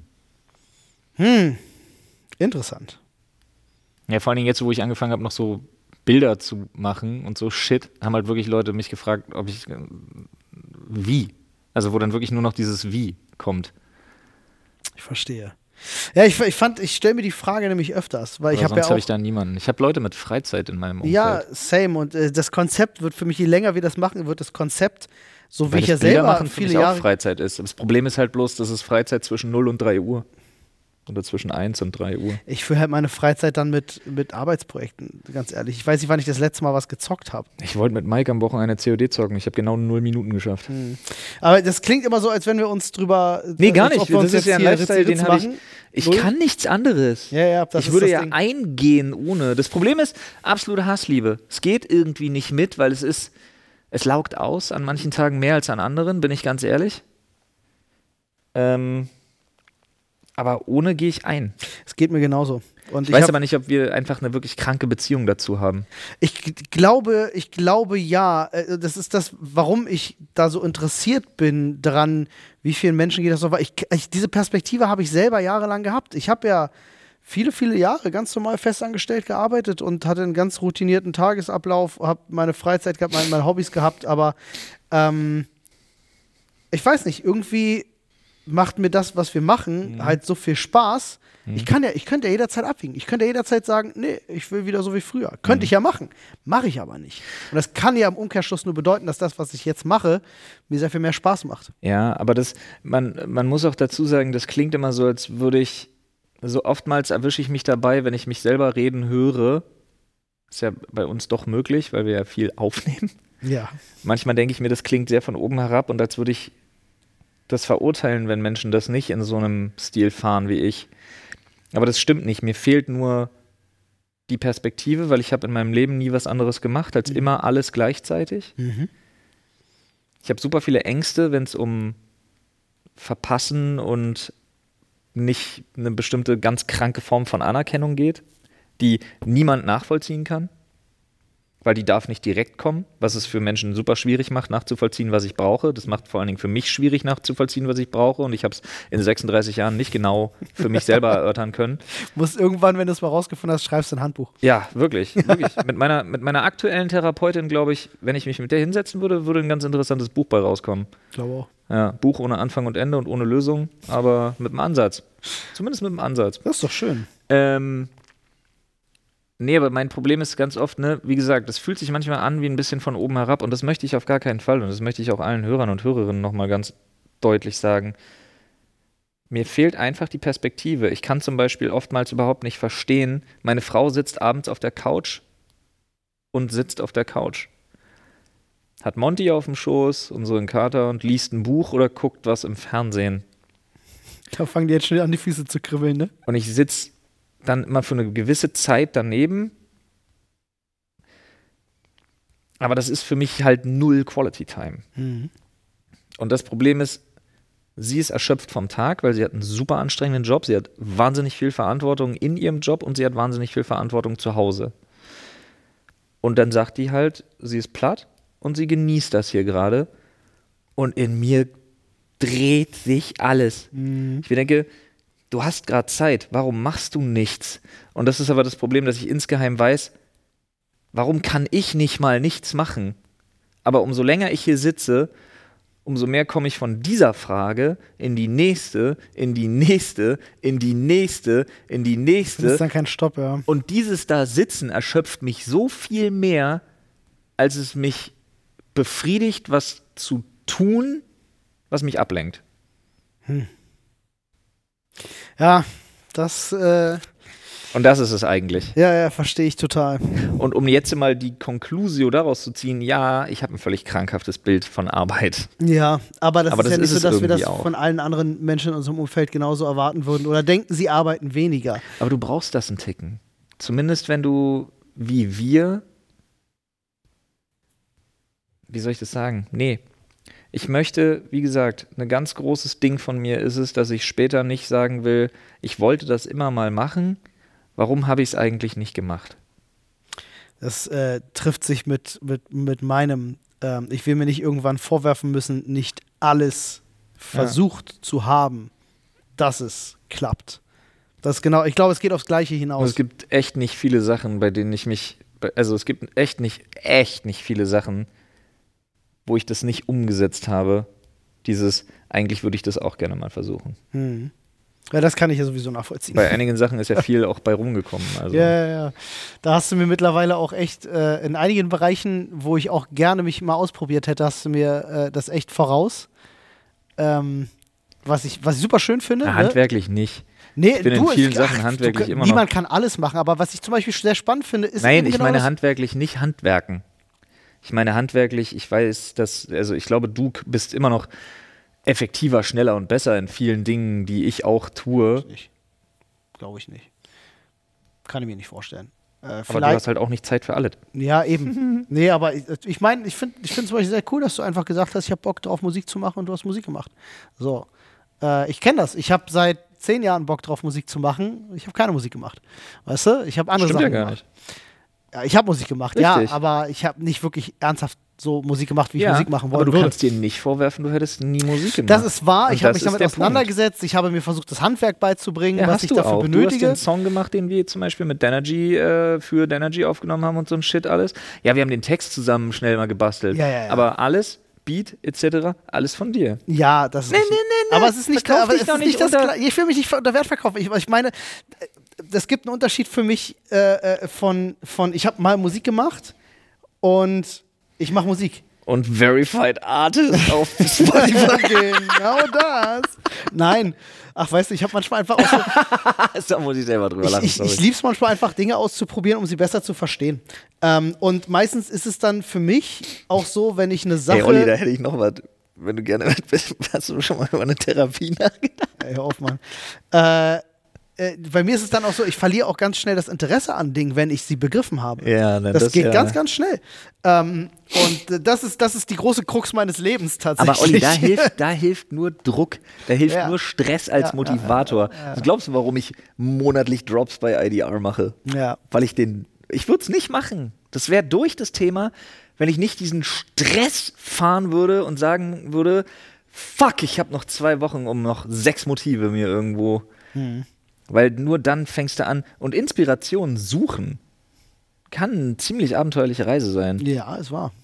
Speaker 1: Interessant.
Speaker 2: Ja, vor allen Dingen jetzt, wo ich angefangen habe, noch so Bilder zu machen und so Shit, haben halt wirklich Leute mich gefragt, ob ich wie. Also wo dann wirklich nur noch dieses Wie kommt.
Speaker 1: Ich verstehe. Ja, ich stelle mir die Frage nämlich öfters, weil ich habe ja
Speaker 2: sonst
Speaker 1: auch.
Speaker 2: habe ich da niemanden. Ich habe Leute mit Freizeit in meinem Umfeld.
Speaker 1: Ja, same. Und das Konzept wird für mich, je länger wir das machen, wird das Konzept, so wie
Speaker 2: Weil
Speaker 1: ich ja
Speaker 2: das Bilder
Speaker 1: selber
Speaker 2: machen für
Speaker 1: viele
Speaker 2: mich auch
Speaker 1: Jahre.
Speaker 2: Freizeit ist. Das Problem ist halt bloß, dass es Freizeit zwischen 0 und 3 Uhr. Oder zwischen 1 und 3 Uhr.
Speaker 1: Ich fülle halt meine Freizeit dann mit Arbeitsprojekten, ganz ehrlich. Ich weiß nicht, wann ich das letzte Mal was gezockt habe.
Speaker 2: Ich wollte mit Mike am Wochenende COD zocken. Ich habe genau 0 Minuten geschafft.
Speaker 1: Aber das klingt immer so, als wenn wir uns drüber.
Speaker 2: Nee, gar
Speaker 1: als
Speaker 2: nicht.
Speaker 1: ob wir uns
Speaker 2: Das ist
Speaker 1: jetzt
Speaker 2: ja ein
Speaker 1: hier
Speaker 2: Lifestyle, den habe ich.
Speaker 1: machen.
Speaker 2: Ich
Speaker 1: Null?
Speaker 2: kann nichts anderes.
Speaker 1: Ja, das
Speaker 2: ich
Speaker 1: ist
Speaker 2: würde
Speaker 1: das
Speaker 2: ja
Speaker 1: Ding.
Speaker 2: eingehen ohne. Das Problem ist absolute Hassliebe. Es geht irgendwie nicht mit, weil es laugt aus an manchen Tagen mehr als an anderen, bin ich ganz ehrlich. Aber ohne gehe ich ein.
Speaker 1: Es geht mir genauso. Und
Speaker 2: Ich weiß aber nicht, ob wir einfach eine wirklich kranke Beziehung dazu haben.
Speaker 1: Ich glaube ja. Das ist das, warum ich da so interessiert bin dran, wie vielen Menschen geht das so. Weil diese Perspektive habe ich selber jahrelang gehabt. Ich habe ja viele, viele Jahre ganz normal festangestellt gearbeitet und hatte einen ganz routinierten Tagesablauf, habe meine Freizeit gehabt, meine Hobbys gehabt, aber ich weiß nicht, irgendwie macht mir das, was wir machen, halt so viel Spaß. Ich könnte ja jederzeit abwiegen. Ich könnte ja jederzeit sagen, nee, ich will wieder so wie früher. Könnte ich ja machen. Mache ich aber nicht. Und das kann ja im Umkehrschluss nur bedeuten, dass das, was ich jetzt mache, mir sehr viel mehr Spaß macht.
Speaker 2: Ja, aber man muss auch dazu sagen, das klingt immer so, als würde ich, so oftmals erwische ich mich dabei, wenn ich mich selber reden höre. Ist ja bei uns doch möglich, weil wir ja viel aufnehmen.
Speaker 1: Ja.
Speaker 2: Manchmal denke ich mir, das klingt sehr von oben herab und als würde ich das verurteilen, wenn Menschen das nicht in so einem Stil fahren wie ich. Aber das stimmt nicht. Mir fehlt nur die Perspektive, weil ich habe in meinem Leben nie was anderes gemacht, als immer alles gleichzeitig. Ich habe super viele Ängste, wenn es um Verpassen und nicht eine bestimmte ganz kranke Form von Anerkennung geht, die niemand nachvollziehen kann. Weil die darf nicht direkt kommen, was es für Menschen super schwierig macht, nachzuvollziehen, was ich brauche. Das macht vor allen Dingen für mich schwierig, nachzuvollziehen, was ich brauche. Und ich habe es in 36 Jahren nicht genau für mich selber erörtern können.
Speaker 1: Musst irgendwann, wenn du es mal rausgefunden hast, schreibst du ein Handbuch.
Speaker 2: Ja, wirklich. Mit meiner aktuellen Therapeutin, glaube ich, wenn ich mich mit der hinsetzen würde, würde ein ganz interessantes Buch bei rauskommen.
Speaker 1: Ich glaube auch.
Speaker 2: Ja, Buch ohne Anfang und Ende und ohne Lösung, aber mit einem Ansatz. Zumindest mit einem Ansatz.
Speaker 1: Das ist doch schön.
Speaker 2: Nee, aber mein Problem ist ganz oft, ne, wie gesagt, das fühlt sich manchmal an wie ein bisschen von oben herab und das möchte ich auf gar keinen Fall und das möchte ich auch allen Hörern und Hörerinnen nochmal ganz deutlich sagen. Mir fehlt einfach die Perspektive. Ich kann zum Beispiel oftmals überhaupt nicht verstehen, meine Frau sitzt abends auf der Couch und sitzt auf der Couch. Hat Monty auf dem Schoß, unseren Kater und liest ein Buch oder guckt was im Fernsehen.
Speaker 1: Da fangen die jetzt schnell an, die Füße zu kribbeln, ne?
Speaker 2: Und ich sitze dann immer für eine gewisse Zeit daneben. Aber das ist für mich halt null Quality Time. Und das Problem ist, sie ist erschöpft vom Tag, weil sie hat einen super anstrengenden Job. Sie hat wahnsinnig viel Verantwortung in ihrem Job und sie hat wahnsinnig viel Verantwortung zu Hause. Und dann sagt die halt, sie ist platt und sie genießt das hier gerade. Und in mir dreht sich alles. Ich denke, du hast gerade Zeit, warum machst du nichts? Und das ist aber das Problem, dass ich insgeheim weiß, warum kann ich nicht mal nichts machen? Aber umso länger ich hier sitze, umso mehr komme ich von dieser Frage in die nächste, in die nächste, in die nächste, in die nächste.
Speaker 1: Das ist dann kein Stopp, ja.
Speaker 2: Und dieses da Sitzen erschöpft mich so viel mehr, als es mich befriedigt, was zu tun, was mich ablenkt.
Speaker 1: Ja, das,
Speaker 2: Und das ist es eigentlich.
Speaker 1: ja, verstehe ich total.
Speaker 2: Und um jetzt mal die Conclusio daraus zu ziehen, ja, ich habe ein völlig krankhaftes Bild von Arbeit.
Speaker 1: Ja, aber das
Speaker 2: Aber
Speaker 1: ist
Speaker 2: das
Speaker 1: ja nicht
Speaker 2: ist
Speaker 1: so,
Speaker 2: es
Speaker 1: dass wir das
Speaker 2: irgendwie auch.
Speaker 1: von allen anderen Menschen in unserem Umfeld genauso erwarten würden oder denken, sie arbeiten weniger.
Speaker 2: Aber du brauchst das einen Ticken. Zumindest wenn du, wie wir, wie soll ich das sagen? Nee. Ich möchte, wie gesagt, ein ganz großes Ding von mir ist es, dass ich später nicht sagen will, ich wollte das immer mal machen, warum habe ich es eigentlich nicht gemacht?
Speaker 1: Das trifft sich mit meinem, ich will mir nicht irgendwann vorwerfen müssen, nicht alles versucht zu haben, dass es klappt. Das ist genau, ich glaube, es geht aufs Gleiche hinaus.
Speaker 2: Und es gibt echt nicht viele Sachen, bei denen ich mich, also es gibt echt nicht viele Sachen, wo ich das nicht umgesetzt habe. Eigentlich würde ich das auch gerne mal versuchen.
Speaker 1: Ja, das kann ich ja sowieso nachvollziehen.
Speaker 2: Bei einigen Sachen ist ja viel auch bei rumgekommen. Also.
Speaker 1: Ja. Da hast du mir mittlerweile auch echt in einigen Bereichen, wo ich auch gerne mich mal ausprobiert hätte, hast du mir das echt voraus. Was ich super schön finde.
Speaker 2: Na, handwerklich nicht.
Speaker 1: Nee,
Speaker 2: ich bin in vielen Sachen handwerklich immer noch.
Speaker 1: Niemand kann alles machen, aber was ich zum Beispiel sehr spannend finde, ist.
Speaker 2: Nein, ich meine handwerklich nicht handwerken. Ich meine handwerklich, ich weiß, also ich glaube, du bist immer noch effektiver, schneller und besser in vielen Dingen, die ich auch tue.
Speaker 1: Glaube ich nicht. Kann ich mir nicht vorstellen.
Speaker 2: Aber du hast halt auch nicht Zeit für alles.
Speaker 1: Ja, eben. Nee, aber ich meine, ich finde zum Beispiel sehr cool, dass du einfach gesagt hast, ich habe Bock drauf, Musik zu machen und du hast Musik gemacht. So. Ich kenne das. Ich habe seit 10 Jahren Bock drauf, Musik zu machen. Ich habe keine Musik gemacht. Weißt du? Ich habe andere Sachen gemacht.
Speaker 2: Nicht.
Speaker 1: Ja, ich habe Musik gemacht,
Speaker 2: Richtig.
Speaker 1: ja, aber ich habe nicht wirklich ernsthaft so Musik gemacht, wie ich Musik machen wollte.
Speaker 2: Aber du kannst dir nicht vorwerfen, du hättest nie Musik gemacht.
Speaker 1: Das ist wahr,
Speaker 2: Und
Speaker 1: ich habe mich
Speaker 2: das
Speaker 1: damit
Speaker 2: ist der
Speaker 1: auseinandergesetzt, ich habe mir versucht, das Handwerk beizubringen,
Speaker 2: Ja,
Speaker 1: was
Speaker 2: hast
Speaker 1: ich
Speaker 2: du
Speaker 1: dafür
Speaker 2: auch.
Speaker 1: benötige.
Speaker 2: Du hast den Song gemacht, den wir zum Beispiel mit Danergy für Danergy aufgenommen haben und so ein Shit alles. Ja, wir haben den Text zusammen schnell mal gebastelt.
Speaker 1: Ja.
Speaker 2: Aber alles, Beat etc., alles von dir.
Speaker 1: Ja, das ist
Speaker 2: Nee.
Speaker 1: Aber es ist nicht,
Speaker 2: Verkauf
Speaker 1: aber
Speaker 2: dich
Speaker 1: es
Speaker 2: doch
Speaker 1: ist nicht
Speaker 2: nicht
Speaker 1: das Gleiche. Ich will mich nicht unter Wert verkaufen. Ich meine, es gibt einen Unterschied für mich von ich habe mal Musik gemacht und ich mache Musik.
Speaker 2: Und Verified Artist auf Spotify.
Speaker 1: Genau das. Nein. Ach, weißt du, ich habe manchmal einfach auch so,
Speaker 2: Da muss ich selber drüber lachen.
Speaker 1: ich liebe es manchmal einfach, Dinge auszuprobieren, um sie besser zu verstehen. Und meistens ist es dann für mich auch so, wenn ich eine Sache...
Speaker 2: Hey Olli, da hätte ich noch was. Wenn du gerne bist, hast du schon mal über eine Therapie nachgedacht?
Speaker 1: Ey, hör auf, Mann. Bei mir ist es dann auch so, ich verliere auch ganz schnell das Interesse an Dingen, wenn ich sie begriffen habe.
Speaker 2: Ja, ne,
Speaker 1: das geht ganz, ganz schnell. Und das ist die große Krux meines Lebens tatsächlich.
Speaker 2: Aber Olli, da hilft nur Druck, da hilft nur Stress als Motivator. Ja. Glaubst du, warum ich monatlich Drops bei IDR mache?
Speaker 1: Ja.
Speaker 2: Weil ich würde es nicht machen. Das wäre durch das Thema, wenn ich nicht diesen Stress fahren würde und sagen würde, fuck, ich habe noch 2 Wochen, um noch 6 Motive mir irgendwo... Weil nur dann fängst du an. Und Inspiration suchen kann eine ziemlich abenteuerliche Reise sein.
Speaker 1: Ja, es war.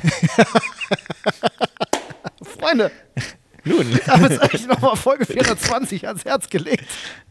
Speaker 1: Freunde,
Speaker 2: Nun.
Speaker 1: wir haben jetzt eigentlich nochmal Folge 420 ans Herz gelegt.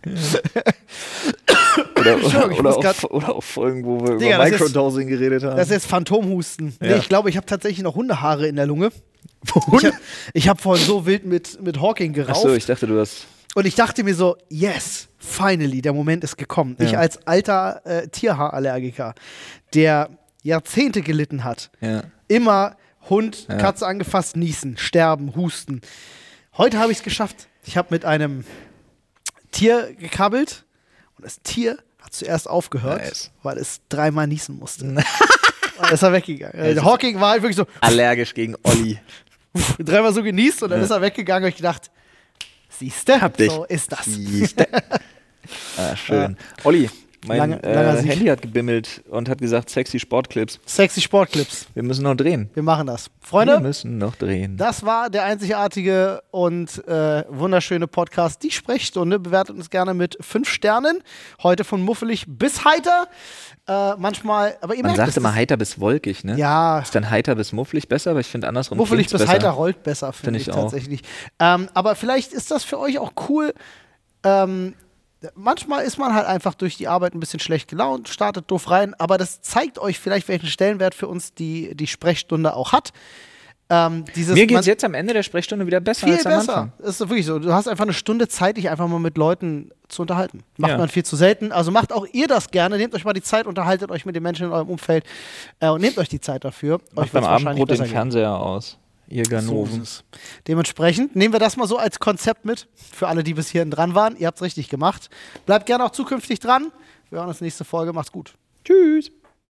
Speaker 2: Oder auf Folgen, wo wir
Speaker 1: Digga,
Speaker 2: über Microdosing geredet haben.
Speaker 1: Das ist jetzt Phantomhusten.
Speaker 2: Ja.
Speaker 1: Nee, ich glaube, ich habe tatsächlich noch Hundehaare in der Lunge. Ich hab vorhin so wild mit Hawking gerauft.
Speaker 2: Achso, ich dachte, du hast...
Speaker 1: Und ich dachte mir so, yes, finally, der Moment ist gekommen.
Speaker 2: Ja.
Speaker 1: Ich als alter Tierhaarallergiker, der Jahrzehnte gelitten hat, immer Hund, Katze angefasst, niesen, sterben, husten. Heute habe ich es geschafft. Ich habe mit einem Tier gekabbelt und das Tier hat zuerst aufgehört, weil es 3-mal niesen musste. Und dann ist er weggegangen. Hawking war halt wirklich so
Speaker 2: allergisch gegen Olli.
Speaker 1: 3-mal so genießt und dann ist er weggegangen und ich gedacht, siehste, so ist das.
Speaker 2: Siehste. Schön. Olli, mein
Speaker 1: langer Sieg.
Speaker 2: Handy hat gebimmelt und hat gesagt, sexy Sportclips.
Speaker 1: Sexy Sportclips.
Speaker 2: Wir müssen noch drehen.
Speaker 1: Wir machen das. Freunde,
Speaker 2: Wir müssen noch drehen.
Speaker 1: das war der einzigartige und wunderschöne Podcast Die Sprechstunde. Bewertet uns gerne mit 5 Sternen. Heute von muffelig bis heiter. Manchmal, aber ihr
Speaker 2: Man
Speaker 1: merkt,
Speaker 2: sagt immer heiter bis wolkig, ne?
Speaker 1: Ja.
Speaker 2: Ist dann heiter bis mufflig besser, aber ich finde andersrum
Speaker 1: muffelig bis
Speaker 2: besser.
Speaker 1: heiter rollt besser, finde ich
Speaker 2: auch.
Speaker 1: tatsächlich. Aber vielleicht ist das für euch auch cool. Manchmal ist man halt einfach durch die Arbeit ein bisschen schlecht gelaunt, startet doof rein, aber das zeigt euch vielleicht, welchen Stellenwert für uns die Sprechstunde auch hat.
Speaker 2: Mir geht es jetzt am Ende der Sprechstunde wieder besser als am Anfang.
Speaker 1: Ist wirklich so. Du hast einfach eine Stunde Zeit, dich einfach mal mit Leuten zu unterhalten. Macht man viel zu selten. Also macht auch ihr das gerne. Nehmt euch mal die Zeit, unterhaltet euch mit den Menschen in eurem Umfeld und nehmt euch die Zeit dafür.
Speaker 2: Macht beim Abendbrot den Fernseher aus. Ihr Ganoven.
Speaker 1: So dementsprechend nehmen wir das mal so als Konzept mit. Für alle, die bis hierhin dran waren. Ihr habt es richtig gemacht. Bleibt gerne auch zukünftig dran. Wir hören uns nächste Folge. Macht's gut.
Speaker 2: Tschüss.